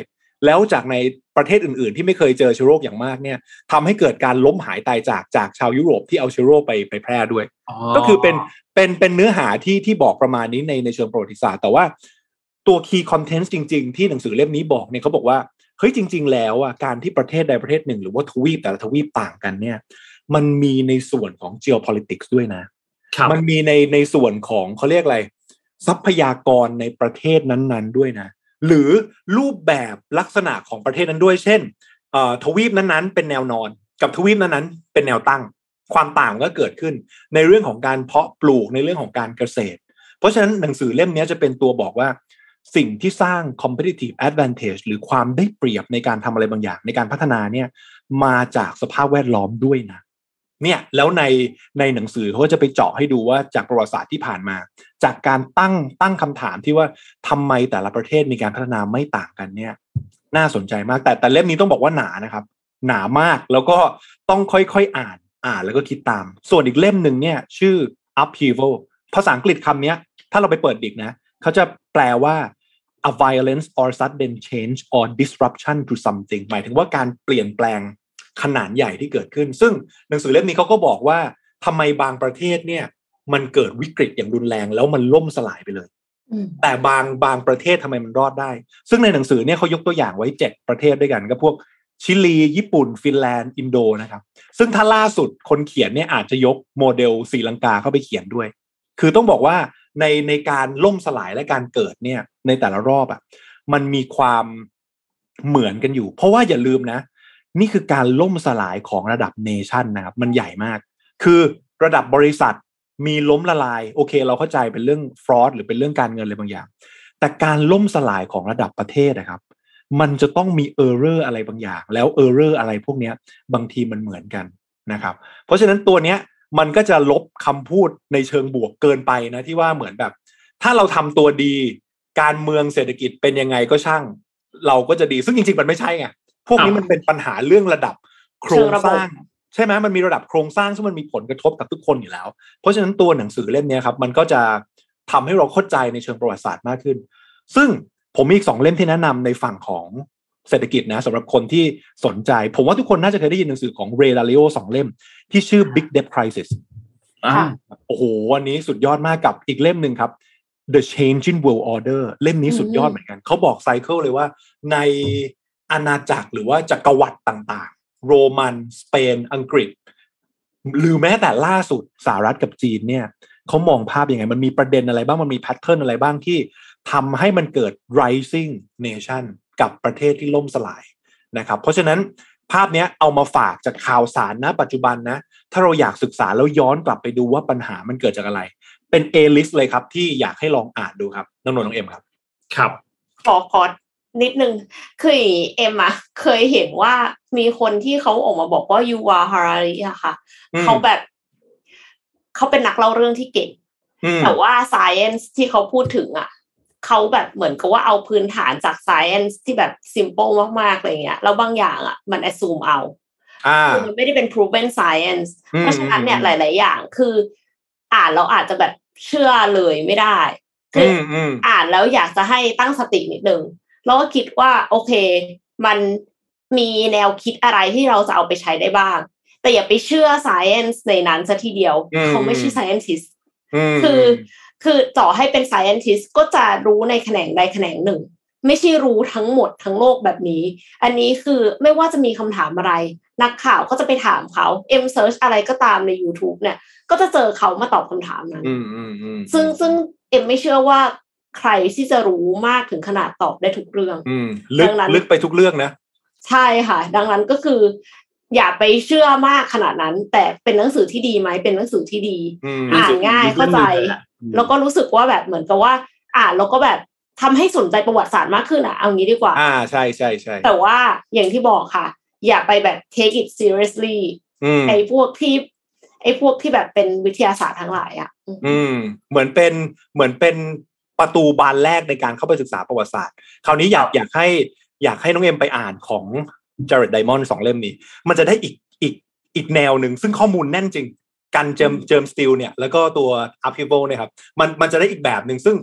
แล้วจากในประเทศอื่นๆที่ไม่เคยเจอเชื้อโรคอย่างมากเนี่ยทำให้เกิดการล้มหายตายจากชาวยุโรปที่เอาเชื้อโรคไปแพร่ด้วยก็คือเป็นเนื้อหาที่บอกประมาณนี้ในเชิงประวัติศาสตร์แต่ว่าตัว key content จริงๆที่หนังสือเล่มนี้บอกเนี่ยเขาบอกว่าเฮ้ยจริงๆแล้วอ่ะการที่ประเทศใดประเทศหนึ่งหรือว่าทวีปแต่ละทวีปต่างกันเนี่ยมันมีในส่วนของ geopolitics ด้วยนะมันมีในส่วนของเขาเรียกอะไรทรัพยากรในประเทศนั้นๆด้วยนะหรือรูปแบบลักษณะของประเทศนั้นด้วยเช่นทวีปนั้นๆเป็นแนวนอนกับทวีปนั้นๆเป็นแนวตั้งความต่างก็เกิดขึ้นในเรื่องของการเพาะปลูกในเรื่องของการเกษตรเพราะฉะนั้นหนังสือเล่มนี้จะเป็นตัวบอกว่าสิ่งที่สร้าง competitive advantage หรือความได้เปรียบในการทำอะไรบางอย่างในการพัฒนาเนี่ยมาจากสภาพแวดล้อมด้วยนะเนี่ยแล้วในหนังสือเขาก็จะไปเจาะให้ดูว่าจากประวัติศาสตร์ที่ผ่านมาจากการตั้งคำถามที่ว่าทำไมแต่ละประเทศมีการพัฒนาไม่ต่างกันเนี่ยน่าสนใจมากแต่เล่มนี้ต้องบอกว่าหนานะครับหนามากแล้วก็ต้องค่อยๆอ่านแล้วก็คิดตามส่วนอีกเล่มหนึ่งเนี่ยชื่อ upheaval ภาษาอังกฤษคำนี้ถ้าเราไปเปิดดิกนะเขาจะแปลว่า a violence or sudden change or disruption to something หมายถึงว่าการเปลี่ยนแปลงขนาดใหญ่ที่เกิดขึ้นซึ่งหนังสือเล่มนี้เขาก็บอกว่าทำไมบางประเทศเนี่ยมันเกิดวิกฤตอย่างรุนแรงแล้วมันล่มสลายไปเลยแต่บางประเทศทำไมมันรอดได้ซึ่งในหนังสือเนี่ยเขายกตัวอย่างไว้7ประเทศด้วยกันก็พวกชิลีญี่ปุ่นฟินแลนด์อินโดนะครับซึ่งถ้าล่าสุดคนเขียนเนี่ยอาจจะยกโมเดลศรีลังกาเข้าไปเขียนด้วยคือต้องบอกว่าในการล่มสลายและการเกิดเนี่ยในแต่ละรอบอ่ะมันมีความเหมือนกันอยู่เพราะว่าอย่าลืมนะนี่คือการล่มสลายของระดับเนชั่นนะครับมันใหญ่มากคือระดับบริษัทมีล้มละลายโอเคเราเข้าใจเป็นเรื่องฟรอดหรือเป็นเรื่องการเงินอะไรบางอย่างแต่การล่มสลายของระดับประเทศนะครับมันจะต้องมีเออร์เรอร์อะไรบางอย่างแล้วเออร์เรอร์อะไรพวกนี้บางทีมันเหมือนกันนะครับเพราะฉะนั้นตัวเนี้ยมันก็จะลบคำพูดในเชิงบวกเกินไปนะที่ว่าเหมือนแบบถ้าเราทำตัวดีการเมืองเศรษฐกิจเป็นยังไงก็ช่างเราก็จะดีซึ่งจริงๆมันไม่ใช่ไงพวกนี้มันเป็นปัญหาเรื่องระดับโครงสร้างใช่ไหมมันมีระดับโครงสร้างซึ่งมันมีผลกระทบกับทุกคนอยู่แล้วเพราะฉะนั้นตัวหนังสือเล่มนี้ครับมันก็จะทำให้เราเข้าใจในเชิงประวัติศาสตร์มากขึ้นซึ่งผมมีอีก2เล่มที่แนะนำในฝั่งของเศรษฐกิจนะสำหรับคนที่สนใจผมว่าทุกคนน่าจะเคยได้ยินหนังสือของเรย์ ดาลิโอ2เล่มที่ชื่อ Big Debt Crisis โอ้โหวันนี้สุดยอดมากกับอีกเล่มหนึ่งครับ The Changing World Order เล่มนี้สุดยอดเหมือนกันเขาบอกไซเคิลเลยว่าในอาณาจักรหรือว่าจักรวรรดิต่างๆโรมันสเปนอังกฤษหรือแม้แต่ล่าสุดสหรัฐกับจีนเนี่ยเขามองภาพยังไงมันมีประเด็นอะไรบ้างมันมีแพทเทิร์นอะไรบ้างที่ทำให้มันเกิด rising nation กับประเทศที่ล่มสลายนะครับเพราะฉะนั้นภาพนี้เอามาฝากจากข่าวสารณปัจจุบันนะถ้าเราอยากศึกษาแล้วย้อนกลับไปดูว่าปัญหามันเกิดจากอะไรเป็น A list เลยครับที่อยากให้ลองอ่านดูครับน้องนนท์น้องเอ็มครับครับขอนิดนึงคือเอ็มอะเคยเห็นว่ามีคนที่เขาออกมาบอกว่ายูวาฮาราริอะค่ะเขาแบบเขาเป็นนักเล่าเรื่องที่เก่งแต่ว่า science ที่เขาพูดถึงอะเขาแบบเหมือนกับว่าเอาพื้นฐานจาก science ที่แบบ simple มากๆอะไรเงี้ยแล้วบางอย่างอะมัน assume เอามันไม่ได้เป็น proven science เพราะฉะนั้นเนี่ยหลายๆอย่างคืออ่านเราอาจจะแบบเชื่อเลยไม่ได้คืออ่านแล้วอยากจะให้ตั้งสตินิดนึงแล้วก็คิดว่าโอเคมันมีแนวคิดอะไรที่เราจะเอาไปใช้ได้บ้างแต่อย่าไปเชื่อ science ในนั้นซะทีเดียวเขาไม่ใช่ scientist คือต่อให้เป็น scientist ก็จะรู้ในแขนงใดแขนงหนึ่งไม่ใช่รู้ทั้งหมดทั้งโลกแบบนี้อันนี้คือไม่ว่าจะมีคำถามอะไรนักข่าวก็จะไปถามเขาsearch อะไรก็ตามใน YouTube เนี่ยก็จะเจอเขามาตอบคำถามนั้นซึ่งไม่เชื่อว่าใครที่จะรู้มากถึงขนาดตอบได้ทุกเรื่องลึกไปทุกเรื่องนะใช่ค่ะดังนั้นก็คืออย่าไปเชื่อมากขนาดนั้นแต่เป็นหนังสือที่ดีไหมเป็นหนังสือที่ดีอ่านง่ายเข้าใจแล้วก็รู้สึกว่าแบบเหมือนกับว่าอ่านแล้วก็แบบทำให้สนใจประวัติศาสตร์มากขึ้นเอางี้ดีกว่าใช่ใช่ใช่แต่ว่าอย่างที่บอกค่ะอย่าไปแบบ take it seriously ไอ้พวกที่แบบเป็นวิทยาศาสตร์ทั้งหลายอ่ะเหมือนเป็นประตูบานแรกในการเข้าไปศึกษาประวัติศาสตร์คราวนี้อยากให้น้องเอ็มไปอ่านของ Jared Diamond 2 เล่มนี้มันจะได้อีกแนวหนึ่งซึ่งข้อมูลแน่นจริงกันเจิมสตีลเนี่ยแล้วก็ตัว upheaval เนี่ยครับมันจะได้อีกแบบหนึ่งซึ่ง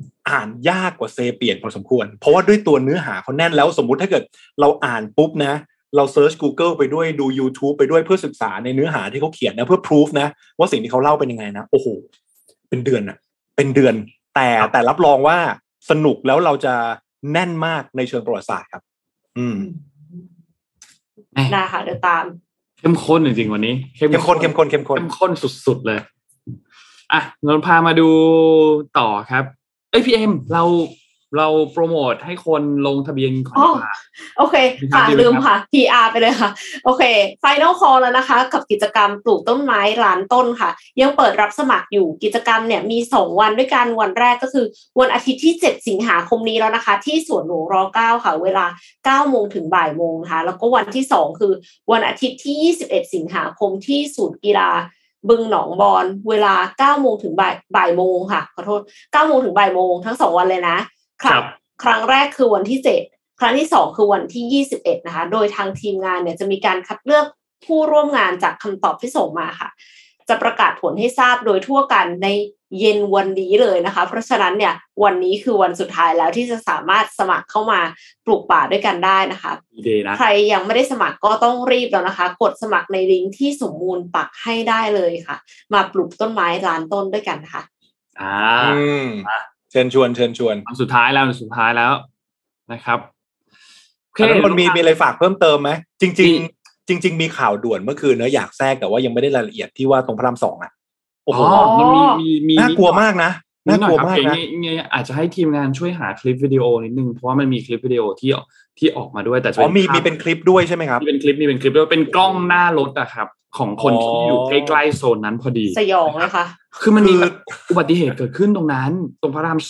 อ่านยากกว่าเซเปียนพอสมควรเพราะว่าด้วยตัวเนื้อหาเขาแน่นแล้วสมมุติถ้าเกิดเราอ่านปุ๊บนะเราเซิร์ช Google ไปด้วยดู YouTube ไปด้วยเพื่อศึกษาในเนื้อหาที่เขาเขียนนะเพื่อพิสูจนะว่าสิ่งที่เขาเล่าเป็นยังไงนะโอ้โหเป็นเดือนอะเป็นเดือนแต่รับรองว่าสนุกแล้วเราจะแน่นมากในเชิงประวัติศาสตร์ครับได้ค่ะเดี๋ยวตามเข้มข้นจริงๆวันนี้เข้มข้นสุดๆเลยอ่ะนนพามาดูต่อครับพี่เอ็มเราโปรโมทให้คนลงทะเบียนก่อนดีกว่าโอเคค่ะลืมค่ะ PR ไปเลยค่ะโอเค Final Call แล้วนะคะกับกิจกรรมปลูกต้นไม้ล้านต้นค่ะยังเปิดรับสมัครอยู่กิจกรรมเนี่ยมี2วันด้วยกันวันแรกก็คือวันอาทิตย์ที่7สิงหาคมนี้แล้วนะคะที่สวนหลวงร9ค่ะเวลา 9 โมงถึงบ่ายโมงนะคะแล้วก็วันที่2คือวันอาทิตย์ที่21สิงหาคมที่ศูนย์กีฬาบึงหนองบอนเวลา 9 โมงถึงบ่ายโมงค่ะขอโทษ 9 โมงถึงบ่ายโมงทั้ง2วันเลยนะครั้งแรกคือวันที่7ครั้งที่2คือวันที่21นะคะโดยทางทีมงานเนี่ยจะมีการคัดเลือกผู้ร่วมงานจากคำตอบที่ส่งมาค่ะจะประกาศผลให้ทราบโดยทั่วกันในเย็นวันนี้เลยนะคะเพราะฉะนั้นเนี่ยวันนี้คือวันสุดท้ายแล้วที่จะสามารถสมัครเข้ามาปลูกป่าด้วยกันได้นะคะใครยังไม่ได้สมัครก็ต้องรีบแล้วนะคะกดสมัครในลิงก์ที่สมมูลปักให้ได้เลยค่ะมาปลูกต้นไม้ล้านต้นด้วยกันค่ะเชิญชวนวันสุดท้ายแล้วนะครับแล้วคนมีอะไรฝากเพิ่มเติมไหมจริงมีข่าวด่วนเมื่อคืนเนอะอยากแทรกแต่ว่ายังไม่ได้รายละเอียดที่ว่าตรงพระราม2โอ้โหมันมีน่ากลัวมากนะน่ากลัวมากนะอาจจะให้ทีมงานช่วยหาคลิปวิดีโอนิดนึงเพราะว่ามันมีคลิปวิดีโอที่ออกมาด้วยแต่มีเป็นคลิปด้วยใช่ไหมครับมีเป็นคลิปด้วยเป็นกล้องหน้ารถอะครับของคนที่อยู่ใกล้ๆโซนนั้นพอดีสยองเลยค่ะคือมันมีอุบัติเหตุเกิดขึ้นตรงนั้นตรงพระราม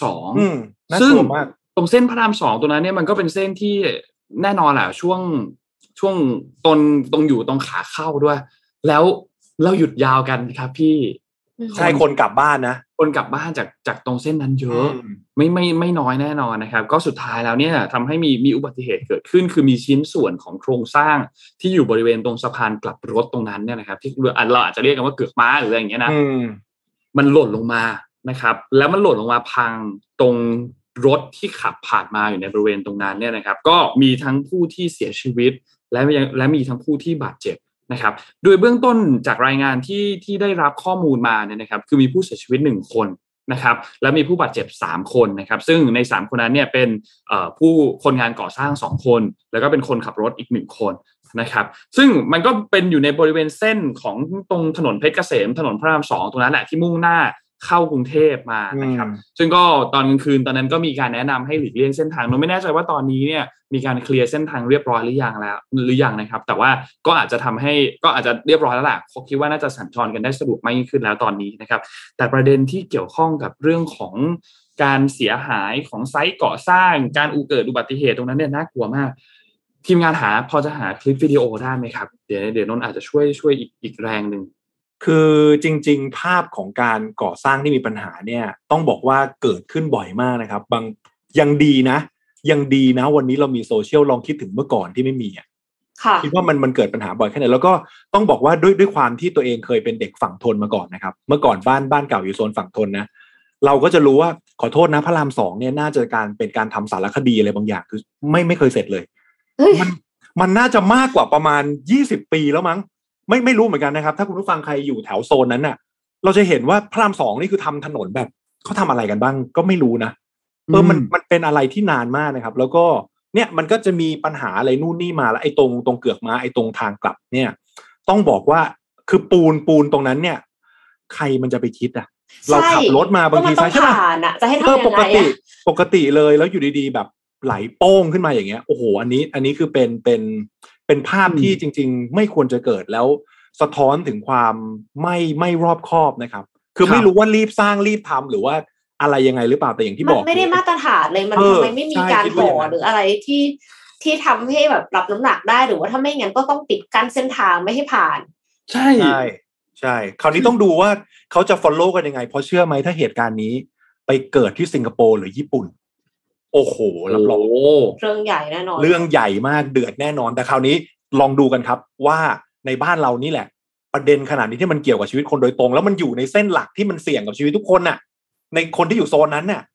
2ซึ่งตรงเส้นพระราม2ตรงนั้นเนี่ยมันก็เป็นเส้นที่แน่นอนแหละช่วงตรงอยู่ตรงขาเข้าด้วยแล้วเราหยุดยาวกันครับพี่ใช่คนกลับบ้านนะคนกลับบ้านจากตรงเส้นนั้นเยอะไม่น้อยแน่นอนนะครับก็สุดท้ายแล้วเนี่ยทำให้มีอุบัติเหตุเกิดขึ้นคือมีชิ้นส่วนของโครงสร้างที่อยู่บริเวณตรงสะพานกลับรถตรงนั้นเนี่ยนะครับที่เราอาจจะเรียกกันว่าเกือกม้าหรืออะไรอย่างเงี้ยนะมันหล่นลงมานะครับแล้วมันหล่นลงมาพังตรงรถที่ขับผ่านมาอยู่ในบริเวณตรงนั้นเนี่ยนะครับก็มีทั้งผู้ที่เสียชีวิตและมีทั้งผู้ที่บาดเจ็บนะครับโดยเบื้องต้นจากรายงานที่ได้รับข้อมูลมาเนี่ยนะครับคือมีผู้เสียชีวิต1คนนะครับและมีผู้บาดเจ็บ3คนนะครับซึ่งใน3คนนั้นเนี่ยเป็นผู้คนงานก่อสร้าง2คนแล้วก็เป็นคนขับรถอีก1คนนะครับซึ่งมันก็เป็นอยู่ในบริเวณเส้นของตรงถนนเพชรเกษมถนนพระราม2ตรงนั้นแหละที่มุ่งหน้าเข้ากรุงเทพมานะครับซึ่งก็ตอนกลางคืนตอนนั้นก็มีการแนะนำให้หลีกเลี่ยงเส้นทางเราไม่แน่ใจว่าตอนนี้เนี่ยมีการเคลียร์เส้นทางเรียบร้อยหรือยังนะครับแต่ว่าก็อาจจะเรียบร้อยแล้วแหละเขาคิดว่าน่าจะสัญจรกันได้สะดวกมากยิ่งขึ้นแล้วตอนนี้นะครับแต่ประเด็นที่เกี่ยวข้องกับเรื่องของการเสียหายของไซต์ก่อสร้างการเกิดอุบัติเหตุตรงนั้นเนี่ยน่ากลัวมากทีมงานพอจะหาคลิปวิดีโอได้ไหมครับเดี๋ยวนนท์อาจจะช่วยอีกแรงนึงคือจริงๆภาพของการก่อสร้างที่มีปัญหาเนี่ยต้องบอกว่าเกิดขึ้นบ่อยมากนะครับยังดีนะวันนี้เรามีโซเชียลลองคิดถึงเมื่อก่อนที่ไม่มีคิดว่ามันเกิดปัญหาบ่อยแค่ไหนแล้วก็ต้องบอกว่าด้วยความที่ตัวเองเคยเป็นเด็กฝั่งทนมาก่อนนะครับเมื่อก่อนบ้านเก่าอยู่โซนฝั่งทนนะเราก็จะรู้ว่าขอโทษนะพระราม2เนี่ยน่าจะเป็นการทำสารคดีอะไรบางอย่างคือไม่เคยเสร็จเลยมันน่าจะมากกว่าประมาณ20ปีแล้วมั้งไม่รู้เหมือนกันนะครับถ้าคุณผู้ฟังใครอยู่แถวโซนนั้นน่ะเราจะเห็นว่าพระราม2นี่คือทำถนนแบบเขาทำอะไรกันบ้างก็ไม่รู้นะมันเป็นอะไรที่นานมากนะครับแล้วก็เนี่ยมันก็จะมีปัญหาอะไรนู่นนี่มาแล้วไอ้ตรงเกือกม้าไอ้ตรงทางกลับเนี่ยต้องบอกว่าคือปูนตรงนั้นเนี่ยใครมันจะไปคิดอะเราขับรถมาบางทีใช่ไหมจะให้ทำยังไงปกติเลยแล้วอยู่ดีๆแบบไหลโป้งขึ้นมาอย่างเงี้ยโอ้โหอันนี้คือเป็นภาพที่จริงๆไม่ควรจะเกิดแล้วสะท้อนถึงความไม่รอบคอบนะครับคือไม่รู้ว่ารีบสร้างรีบทำหรือว่าอะไรยังไงหรือเปล่าแต่อย่างที่บอกมันไม่ได้มาตรฐานเลยมันทำไมไม่มีการก่อหรืออะไรที่ทำให้แบบรับน้ำหนักได้หรือว่าถ้าไม่งั้นก็ต้องปิดกั้นเส้นทางไม่ให้ผ่านใช่คราวนี้ต้องดูว่าเขาจะ follow กันยังไงเพราะเชื่อไหมถ้าเหตุการณ์นี้ไปเกิดที่สิงคโปร์หรือญี่ปุ่นโอ้โหรับรองเรื่องใหญ่แน่นอนเรื่องใหญ่มากเดือดแน่นอนแต่คราวนี้ลองดูกันครับว่าในบ้านเรานี่แหละประเด็นขนาดนี้ที่มันเกี่ยวกับชีวิตคนโดยตรงแล้วมันอยู่ในเส้นหลักที่มันเสี่ยงกับชีวิตทุกคนน่ะในคนที่อยู่โซนนั้นน่ะ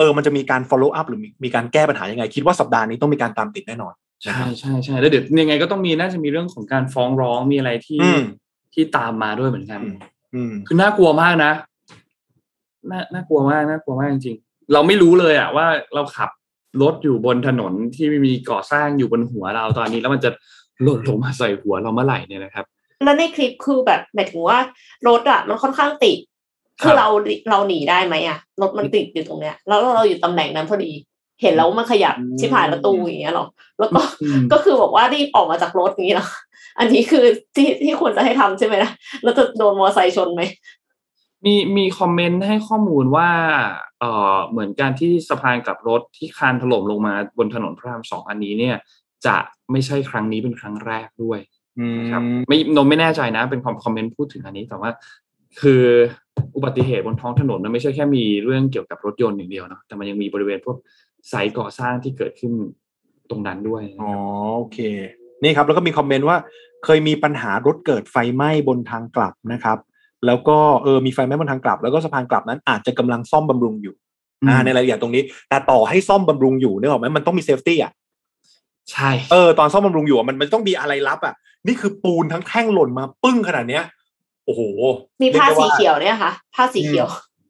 มันจะมีการ follow up หรือมีการแก้ปัญหายังไงคิดว่าสัปดาห์นี้ต้องมีการตามติดแน่นอนใช่แล้วเดี๋ยวยังไงก็ต้องมีน่าจะมีเรื่องของการฟ้องร้องมีอะไรที่ตามมาด้วยเหมือนกันคือน่ากลัวมากนะน่ากลัวมากจริงๆเราไม่รู้เลยอะว่าเราขับรถอยู่บนถนนที่มีก่อสร้างอยู่บนหัวเราตอนนี้แล้วมันจะหล่นลงมาใส่หัวเราเมื่อไหร่เนี่ยนะครับแล้วในคลิปคือแบบหมายถึงว่ารถอะมันค่อนข้างติดคือเราหนีได้ไหมอะรถมันติดอยู่ตรงเนี้ยแล้วเราอยู่ตำแหน่งนั้นพอดีเห็นแล้วมันขยับชิบหายประตูอย่างเงี้ยหรอแล้วก็คือบอกว่ารีบออกมาจากรถอย่างนี้หรออันนี้คือที่ควรจะให้ทำใช่ไหมนะแล้วจะโดนมอไซค์ชนไหมมีคอมเมนต์ให้ข้อมูลว่าเหมือนการที่สะพานกลับรถที่คานถล่มลงมาบนถนนพระราม2อันนี้เนี่ยจะไม่ใช่ครั้งนี้เป็นครั้งแรกด้วยนะครับไม่แน่ใจนะเป็นคอมเมนต์พูดถึงอันนี้แต่ว่าคืออุบัติเหตุบนท้องถนนมันไม่ใช่แค่มีเรื่องเกี่ยวกับรถยนต์อย่างเดียวเนาะแต่มันยังมีบริเวณพวกไซต์ก่อสร้างที่เกิดขึ้นตรงนั้นด้วยโอเคนี่ครับแล้วก็มีคอมเมนต์ว่าเคยมีปัญหารถเกิดไฟไหม้บนทางกลับนะครับแล้วก็มีไฟไหม้บนทางกลับแล้วก็สะพานกลับนั้นอาจจะกำลังซ่อมบำรุงอยู่ในรายละเอียดตรงนี้แต่ต่อให้ซ่อมบำรุงอยู่นึกออกไหมมันต้องมีเซฟตี้อ่ะใช่ตอนซ่อมบำรุงอยู่มันต้องมีอะไรรับอ่ะนี่คือปูนทั้งแท่งหล่นมาปึ้งขนาดเนี้ยโอ้โหมีผ้าสีเขียวเนี่ยค่ะผ้าสีเขียว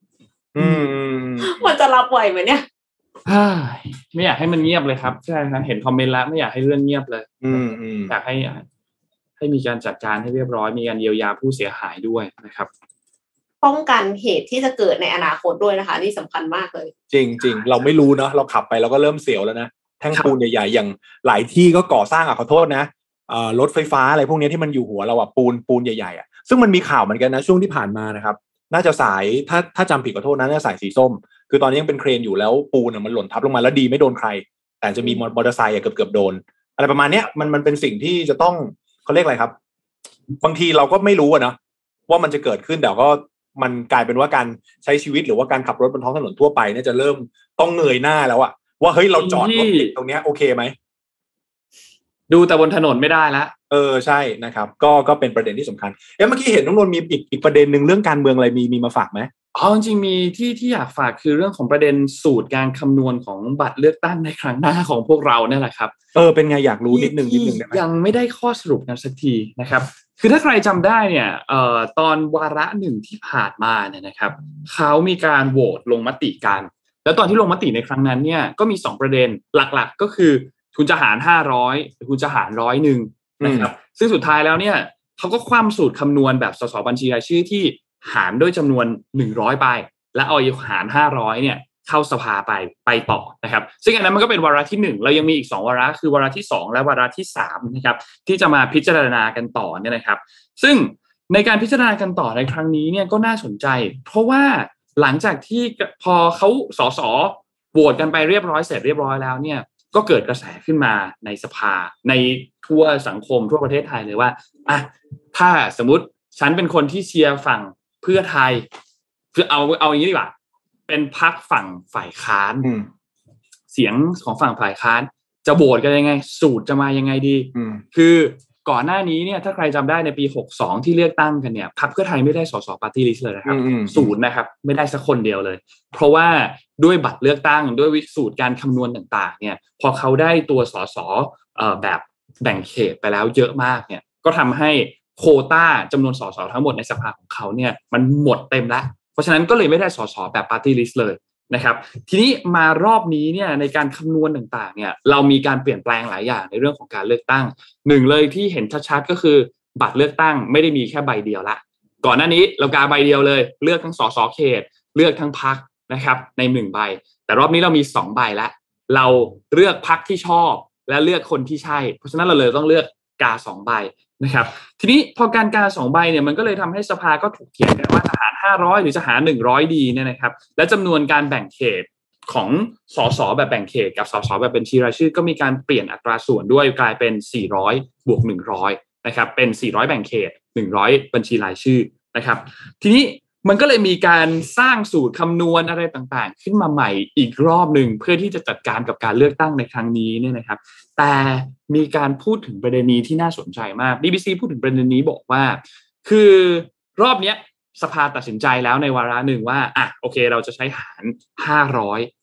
มันจะรับไหวไหมเนี่ยไม่อยากให้มันเงียบเลยครับใช่ครับเห็นคอมเมนต์แล้วไม่อยากให้เรื่องเงียบเลยอยากให้มีการจัดการให้เรียบร้อยมีการเยียวยาผู้เสียหายด้วยนะครับป้องกันเหตุที่จะเกิดในอนาคตด้วยนะคะนี่สำคัญมากเลยจริงเราไม่รู้เนาะเราขับไปเราก็เริ่มเสียวแล้วนะแท่งปูนใหญ่ๆอย่างหลายที่ก็ก่อสร้างขอโทษนะรถไฟฟ้าอะไรพวกนี้ที่มันอยู่หัวเราปูนใหญ่ๆซึ่งมันมีข่าวเหมือนกันนะช่วงที่ผ่านมานะครับน่าจะสายถ้าจำผิดขอโทษนะน่าจะสายสีส้มคือตอนนี้ยังเป็นเครนอยู่แล้วปูนมันหล่นทับลงมาแล้วดีไม่โดนใครแต่จะมีมอเตอร์ไซค์เกือบโดนอะไรประมาณนี้มันเป็นสิ่งที่จะต้องเขาเรียกอะไรครับบางทีเราก็ไม่รู้นะว่ามันจะเกิดขึ้นแต่ก็มันกลายเป็นว่าการใช้ชีวิตหรือว่าการขับรถบนท้องถนนทั่วไปเนี่ยจะเริ่มต้องเงยหน้าแล้วอะว่าเฮ้ยเราจอดรถติดตรงนี้โอเคไหมดูแต่บนถนนไม่ได้ละใช่นะครับก็เป็นประเด็นที่สำคัญเมื่อกี้เห็นน้องนนท์มีอีกประเด็นหนึ่งเรื่องการเมืองอะไรมีมาฝากไหมจริงๆมีที่อยากฝากคือเรื่องของประเด็นสูตรการคำนวณของบัตรเลือกตั้งในครั้งหน้าของพวกเราเนี่ยแหละครับเป็นไงอยากรู้นิดนึงได้ไหมยังไม่ได้ข้อสรุปกันสักทีนะครับคือถ้าใครจำได้เนี่ยตอนวาระหนึ่งที่ผ่านมาเนี่ยนะครับเขามีการโหวตลงมติกันแล้วตอนที่ลงมติในครั้งนั้นเนี่ยก็มี2ประเด็นหลักๆก็คือคุณจะหาร500หรือคุณจะหาร100นะครับซึ่งสุดท้ายแล้วเนี่ยเขาก็คว่ำสูตรคำนวณแบบสสบัญชีรายชื่อที่หารด้วยจำนวน100ไปและเอาหาร500เนี่ยเข้าสภาไปต่อนะครับซึ่งอันนั้นมันก็เป็นวาระที่1เรายังมีอีก2วาระคือวาระที่2และวาระที่3นะครับที่จะมาพิจารณากันต่อเนี่ยนะครับซึ่งในการพิจารณากันต่อในครั้งนี้เนี่ยก็น่าสนใจเพราะว่าหลังจากที่พอเขาสสโหวตกันไปเรียบร้อยเสร็จเรียบร้อยแล้วเนี่ยก็เกิดกระแสขึ้นมาในสภาในทั่วสังคมทั่วประเทศไทยเลยว่าถ้าสมมุติฉันเป็นคนที่เชียร์ฝั่งเพื่อไทยคือเอาอย่างนี้ดีกว่าเป็นพรรคฝั่งฝ่ายค้านเสียงของฝั่งฝ่ายค้านจะโหวตกันยังไงสูตรจะมายังไงดีคือก่อนหน้านี้เนี่ยถ้าใครจำได้ในปี62ที่เลือกตั้งกันเนี่ยพรรคเพื่อไทยไม่ได้สสปาร์ตี้ลิสต์เลยนะครับ0นะครับไม่ได้สักคนเดียวเลยเพราะว่าด้วยบัตรเลือกตั้งด้วยสูตรการคำนวณต่างๆเนี่ยพอเขาได้ตัวสสแบบแบ่งเขตไปแล้วเยอะมากเนี่ยก็ทำให้โควต้าจำนวนสสทั้งหมดในสภาของเขาเนี่ยมันหมดเต็มแล้วเพราะฉะนั้นก็เลยไม่ได้สสแบบปาร์ตี้ลิสต์เลยนะครับทีนี้มารอบนี้เนี่ยในการคำนวณต่างๆเนี่ยเรามีการเปลี่ยนแปลงหลายอย่างในเรื่องของการเลือกตั้งหนึ่งเลยที่เห็นชัดๆก็คือบัตรเลือกตั้งไม่ได้มีแค่ใบเดียวละก่อนหน้านี้เรากาใบเดียวเลยเลือกทั้งสสเขตเลือกทั้งพรรคนะครับใน1ใบแต่รอบนี้เรามี2ใบละเราเลือกพรรคที่ชอบและเลือกคนที่ใช่เพราะฉะนั้นเราเลยต้องเลือกกา2ใบนะครับทีนี้พอการกา2ใบเนี่ยมันก็เลยทำให้สภาก็ถกเถียงกันว่าจะหาร500หรือจะหาร100ดีเนี่ยนะครับและจำนวนการแบ่งเขตของสสแบบแบ่งเขตกับสสแบบบัญชีรายชื่อก็มีการเปลี่ยนอัตราส่วนด้วยกลายเป็น400บวก100นะครับเป็น400แบ่งเขต100บัญชีรายชื่อนะครับทีนี้มันก็เลยมีการสร้างสูตรคำนวณอะไรต่างๆขึ้นมาใหม่อีกรอบหนึ่งเพื่อที่จะจัดการกับการเลือกตั้งในครั้งนี้เนี่ยนะครับแต่มีการพูดถึงประเด็นนี้ที่น่าสนใจมาก BBC พูดถึงประเด็นนี้บอกว่าคือรอบเนี้ยสภาตัดสินใจแล้วในวาระหนึ่งว่าโอเคเราจะใช้หาร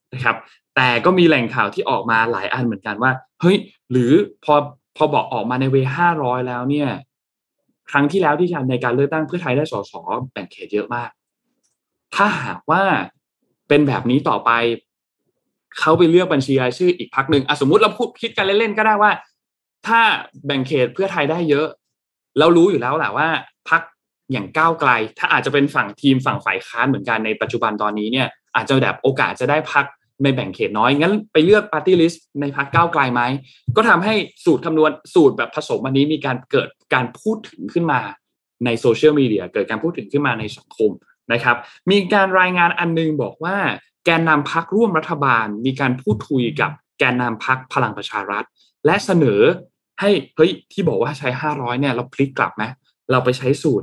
นะครับแต่ก็มีแหล่งข่าวที่ออกมาหลายอันเหมือนกันว่าเฮ้ยหรือพอบอกออกมาในเว500แล้วเนี่ยครั้งที่แล้วที่ในการเลือกตั้งเพื่อไทยได้สสแบ่งเขตเยอะมากถ้าหากว่าเป็นแบบนี้ต่อไปเขาไปเลือกบัญชีรายชื่ออีกพรรคนึงสมมุติเราพูดคิดกันเล่นๆก็ได้ว่าถ้าแบ่งเขตเพื่อไทยได้เยอะแล้วรู้อยู่แล้วแหละว่าพรรคอย่างก้าวไกลถ้าอาจจะเป็นฝั่งทีมฝั่งฝ่ายค้านเหมือนกันในปัจจุบันตอนนี้เนี่ยอาจจะแบบโอกาสจะได้พรรคในแบ่งเขตน้อยงั้นไปเลือก Party List ในพรรคก้าวไกลไหมก็ทำให้สูตรคำนวณสูตรแบบผสมอันนี้มีการเกิดการพูดถึงขึ้นมาในโซเชียลมีเดียเกิดการพูดถึงขึ้นมาในสังคมนะครับมีการรายงานอันนึงบอกว่าแกนนำพรรคร่วมรัฐบาลมีการพูดคุยกับแกนนำพรรคพลังประชารัฐและเสนอให้เฮ้ยที่บอกว่าใช้500เนี่ยเราพลิกกลับไหมเราไปใช้สูตร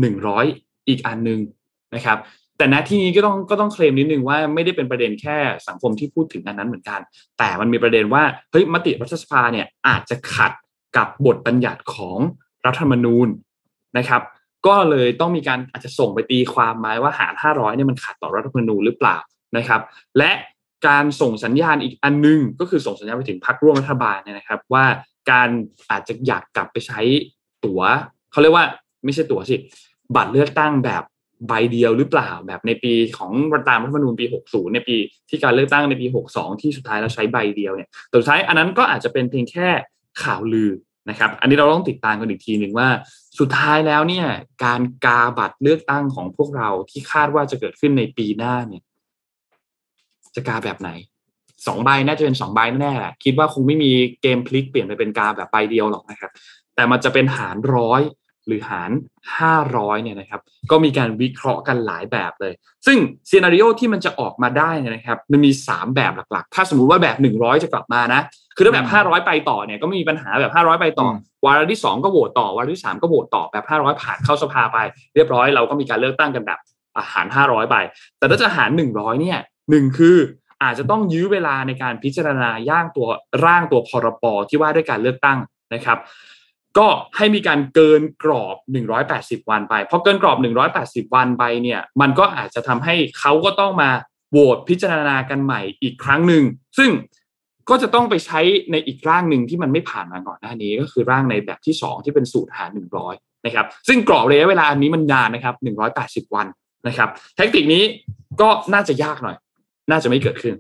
100อีกอันนึงนะครับแต่ณที่นี้ก็ต้องเคลมนิดนึงว่าไม่ได้เป็นประเด็นแค่สังคมที่พูดถึงอันนั้นเหมือนกันแต่มันมีประเด็นว่าเฮ้ยมติรัฐสภาเนี่ยอาจจะขัดกับบทบัญญัติของรัฐธรรมนูญนะครับก็เลยต้องมีการอาจจะส่งไปตีความหมายว่าหาร500เนี่ยมันขัดต่อรัฐธรรมนูญหรือเปล่านะครับและการส่งสัญญาณอีกอันนึงก็คือส่งสัญญาณไปถึงพรรคร่วมรัฐบาลเนี่ยนะครับว่าการอาจจะอยากกลับไปใช้ตั๋วเขาเรียกว่าไม่ใช่ตั๋วสิบัตรเลือกตั้งแบบใบเดียวหรือเปล่าแบบในปีของตามรัฐธรรมนูญปี60ในปีที่การเลือกตั้งในปี62ที่สุดท้ายแล้วใช้ใบเดียวเนี่ยสุดท้ายอันนั้นก็อาจจะเป็นเพียงแค่ข่าวลือนะครับอันนี้เราต้องติดตามกันอีกทีนึงว่าสุดท้ายแล้วเนี่ยการกาบัตรเลือกตั้งของพวกเราที่คาดว่าจะเกิดขึ้นในปีหน้าเนี่ยจะกาแบบไหน2ใบน่าจะเป็น2ใบแน่ๆแหละคิดว่าคงไม่มีเกมพลิกเปลี่ยนไปเป็นกาแบบใบเดียวหรอกนะครับแต่มันจะเป็นหาร100หรือหาร500เนี่ยนะครับก็มีการวิเคราะห์กันหลายแบบเลยซึ่งซีนาริโอที่มันจะออกมาได้นะครับมันมี3แบบหลักๆถ้าสมมุติว่าแบบ100จะกลับมานะคือถ้าแบบ500ไปต่อเนี่ยก็ไม่มีปัญหาแบบ500ไปต่อวาระที่2ก็โหวตต่อวาระที่3ก็โหวตต่อแบบ500ผ่านเข้าสภาไปเรียบร้อยเราก็มีการเลือกตั้งกันแบบหาร500ไปแต่ถ้าจะหาร100เนี่ย1คืออาจจะต้องยื้อเวลาในการพิจารณาร่างตัวพรบที่ว่าด้วยการเลือกตั้งนะครับก็ให้มีการเกินกรอบ180วันไปพอเกินกรอบ180วันไปเนี่ยมันก็อาจจะทำให้เขาก็ต้องมาโหวตพิจารณากันใหม่อีกครั้งนึงซึ่งก็จะต้องไปใช้ในอีกร่างนึงที่มันไม่ผ่านมาก่อนหน้านี้ก็คือร่างในแบบที่2ที่เป็นสูตรหาร100นะครับซึ่งกรอบระยะเวลาอันนี้มันนานนะครับ180วันนะครับเทคนิคนี้ก็น่าจะยากหน่อยน่าจะไม่เกิดขึ้น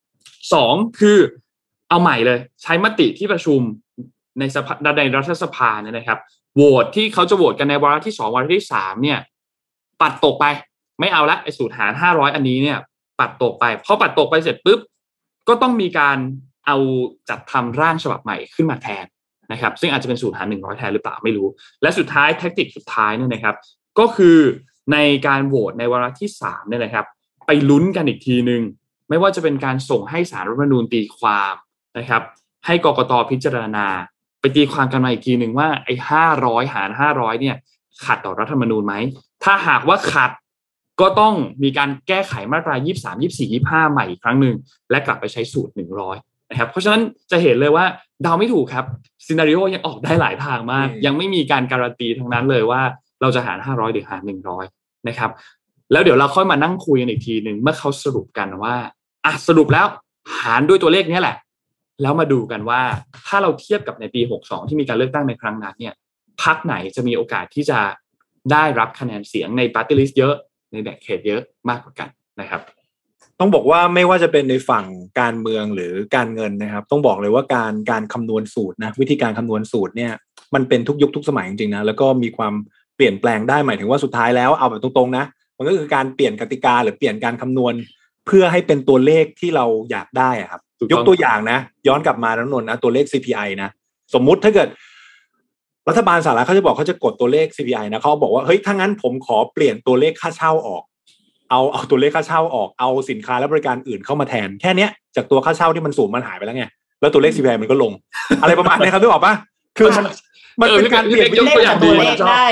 2คือเอาใหม่เลยใช้มติที่ประชุมในรัฐสภาเนี่ยนะครับโหวตที่เขาจะโหวตกันในวาระที่2วาระที่3เนี่ยปัดตกไปไม่เอาละไอ้สูตรหาร500อันนี้เนี่ยปัดตกไปพอปัดตกไปเสร็จปุ๊บก็ต้องมีการเอาจัดทำร่างฉบับใหม่ขึ้นมาแทนนะครับซึ่งอาจจะเป็นสูตรหาร100แทนหรือเปล่าไม่รู้และสุดท้ายแทคติกสุดท้ายเนี่ยนะครับก็คือในการโหวตในวาระที่3เนี่ยนะครับไปลุ้นกันอีกทีนึงไม่ว่าจะเป็นการส่งให้ศาลรัฐธรรมนูญตีความนะครับให้กกต.พิจารณาไปตีความกันมาอีกทีนึงว่าไอ้500หาร500เนี่ยขัดต่อรัฐธรรมนูญไหมถ้าหากว่าขัดก็ต้องมีการแก้ไขมาตรา23 24 25ใหม่อีกครั้งนึงและกลับไปใช้สูตร100นะครับเพราะฉะนั้นจะเห็นเลยว่าเดาไม่ถูกครับซีนาริโอยังออกได้หลายทางมากยังไม่มีการการันตีทั้งนั้นเลยว่าเราจะหาร500หรือหาร100นะครับแล้วเดี๋ยวเราค่อยมานั่งคุยกันอีกทีนึงเมื่อเขาสรุปกันว่าสรุปแล้วหารด้วยตัวเลขนี้แหละแล้วมาดูกันว่าถ้าเราเทียบกับในปี62ที่มีการเลือกตั้งในครั้งนั้นเนี่ยพรรคไหนจะมีโอกาสที่จะได้รับคะแนนเสียงใน Party List เยอะในแบ่งเขตเยอะมากกว่ากันนะครับต้องบอกว่าไม่ว่าจะเป็นในฝั่งการเมืองหรือการเงินนะครับต้องบอกเลยว่าการคำนวณสูตรนะวิธีการคำนวณสูตรเนี่ยมันเป็นทุกยุคทุกสมัยจริงๆนะแล้วก็มีความเปลี่ยนแปลงได้หมายถึงว่าสุดท้ายแล้วเอาแบบตรงๆนะมันก็คือการเปลี่ยนกติกาหรือเปลี่ยนการคำนวณเพื่อให้เป็นตัวเลขที่เราอยากได้อะครับยกตัวอย่างนะย้อนกลับมาแล้วนนท์นะตัวเลข CPI นะสมมุติถ้าเกิดรัฐบาลสหรัฐเขาจะบอกเขาจะกดตัวเลข CPI นะเขาบอกว่าเฮ้ยถ้างั้นผมขอเปลี่ยนตัวเลขค่าเช่าออกเอาตัวเลขค่าเช่าออกเอาสินค้าและบริการอื่นเข้ามาแทนแค่เนี้ยจากตัวค่าเช่าที่มันสูงมันหายไปแล้วไงแล้วตัวเลข CPI มันก็ลง อะไรประมาณนี้ครับนึกออกปะคือมันเป็นการเปลี่ยนตัวเลขได้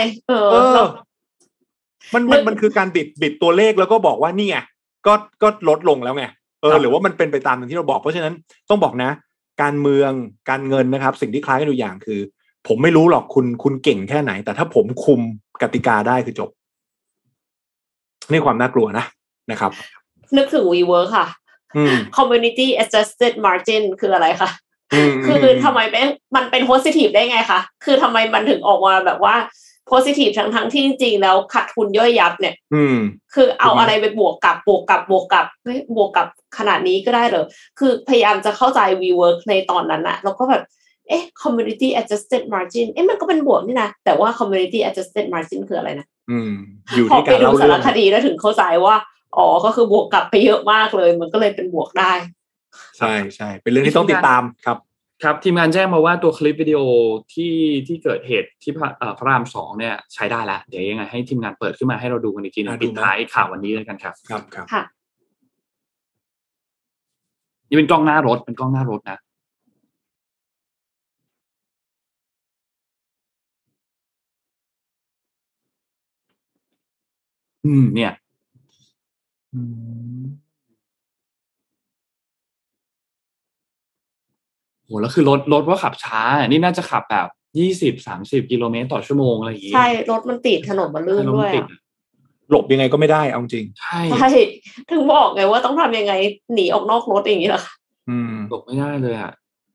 มันคือการบิดตัวเลขแล้วก็บอกว่านี่ไงก็ลดลงแล้วไงหรือว่ามันเป็นไปตามที่เราบอกเพราะฉะนั้นต้องบอกนะการเมืองการเงินนะครับสิ่งที่คล้ายกันอยู่อย่างคือผมไม่รู้หรอกคุณเก่งแค่ไหนแต่ถ้าผมคุมกติกาได้คือจบนี่ความน่ากลัวนะครับนึกถึง WeWork ค่ะ community adjusted margin คืออะไรคะคือทำไมมันเป็น positive ได้ไงคะคือทำไมมันถึงออกมาแบบว่า positive ทั้งที่จริงๆแล้วขาดทุนย่อยยับเนี่ยคือเอาอะไรไปบวกกับขนาดนี้ก็ได้เหรอคือพยายามจะเข้าใจ WeWork ในตอนนั้นนะแล้วก็แบบcommunity adjusted margin มันก็เป็นบวกนี่นะแต่ว่า community adjusted margin คืออะไรนะอยู่ที่การเล่าเรื่องพอไปดูสารคดีแล้วถึงเข้าใจว่าก็คือบวกกลับไปเยอะมากเลยมันก็เลยเป็นบวกได้ใช่เป็นเรื่องที่ต้องติดตามครับทีมงานแจ้งมาว่าตัวคลิปวิดีโอที่เกิดเหตุที่พระราม2เนี่ยใช้ได้แล้วเดี๋ยวยังไงให้ทีมงานเปิดขึ้นมาให้เราดูกันอีกทีนึงปิดท้ายข่าววันนี้เลยกันครับค่ะนี่เป็นกล้องหน้ารถนะเนี่ยโหแล้วคือรถว่าขับช้านี่น่าจะขับแบบ20-30 กิโลเมตรต่อชั่วโมงอะไรอย่างงี้ใช่รถมันติดถนนมันลื่นด้วยหลบยังไงก็ไม่ได้เอาจริงใช่ถึงบอกไงว่าต้องทำยังไงหนีออกนอกรถอย่างนี้เหรอคะหลบไม่ได้เลยอะ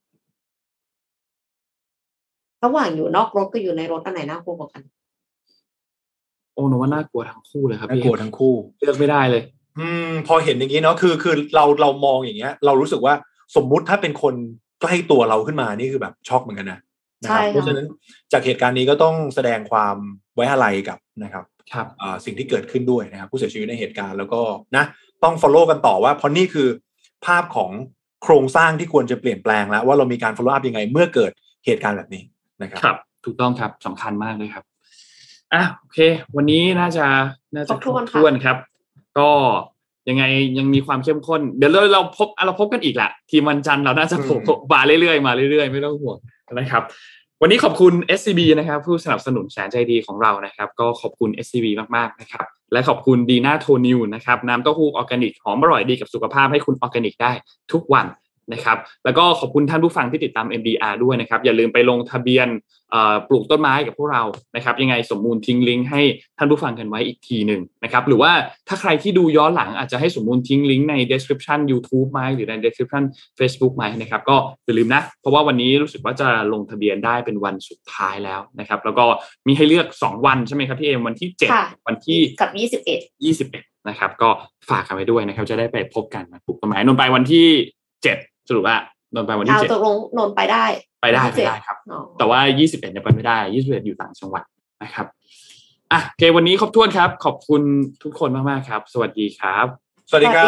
ระหว่างอยู่นอกรถก็อยู่ในรถอันไหนน่ากลัวกว่ากันโอ้หนูว่าน่ากลัวทั้งคู่เลยครับน่ากลัวทั้งคู่เลือกไม่ได้เลยพอเห็นอย่างนี้เนาะคือเรามองอย่างเงี้ยเรารู้สึกว่าสมมุติถ้าเป็นคนใกล้ตัวเราขึ้นมานี่คือแบบช็อกเหมือนกันนะครับเพราะฉะนั้นจากเหตุการณ์นี้ก็ต้องแสดงความไว้อาลัยกับนะครับสิ่งที่เกิดขึ้นด้วยนะครับผู้เสียชีวิตในเหตุการณ์แล้วก็นะต้อง follow กันต่อว่าเพราะนี่คือภาพของโครงสร้างที่ควรจะเปลี่ยนแปลงแล้วว่าเรามีการ follow up ยังไงเมื่อเกิดเหตุการณ์แบบนี้นะครับถูกต้องครับสำคัญมากเลยครับโอเควันนี้น่าจะครบถ้วนครับก็ยังไงยังมีความเข้มข้นเดี๋ยวเราพบกันอีกแหละทีมวันจันทร์เราน่าจะมาเรื่อยๆไม่ต้องห่วงนะครับวันนี้ขอบคุณ SCB นะครับผู้สนับสนุนแสนใจดีของเรานะครับก็ขอบคุณ SCB มากๆนะครับและขอบคุณดีน่าโทนิวนะครับน้ำเต้าหู้ออร์แกนิกหอมอร่อยดีกับสุขภาพให้คุณออร์แกนิกได้ทุกวันนะครับแล้วก็ขอบคุณท่านผู้ฟังที่ติดตาม MDR ด้วยนะครับอย่าลืมไปลงทะเบียนปลูกต้นไม้กับพวกเรานะครับยังไงสมมูลทิ้งลิงก์ให้ท่านผู้ฟังกันไว้อีกทีนึงนะครับหรือว่าถ้าใครที่ดูย้อนหลังอาจจะให้สมมูลทิ้งลิงก์ใน description YouTube ไหมหรือใน description Facebook ไหมนะครับก็อย่าลืมนะเพราะว่าวันนี้รู้สึกว่าจะลงทะเบียนได้เป็นวันสุดท้ายแล้วนะครับแล้วก็มีให้เลือก2วันใช่ไหมครับพี่เอ็มวันที่7วันที่กับ 21นะครับก็ฝากกันไว้ด้วยนะครับจะได้ไปพบกันปลูกต้นไม้นนไปวันที่7สรุปว่านนไปวันที่7 ตกลงนนไปได้ครับแต่ว่า21เนี่ยไปไม่ได้21อยู่ต่างจังหวัดนะครับโอเควันนี้ครบถ้วนครับขอบคุณทุกคนมากๆครับสวัสดีครับสวัสดีครับ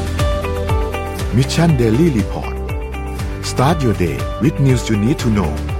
Mission Daily Report Start your day with news you need to know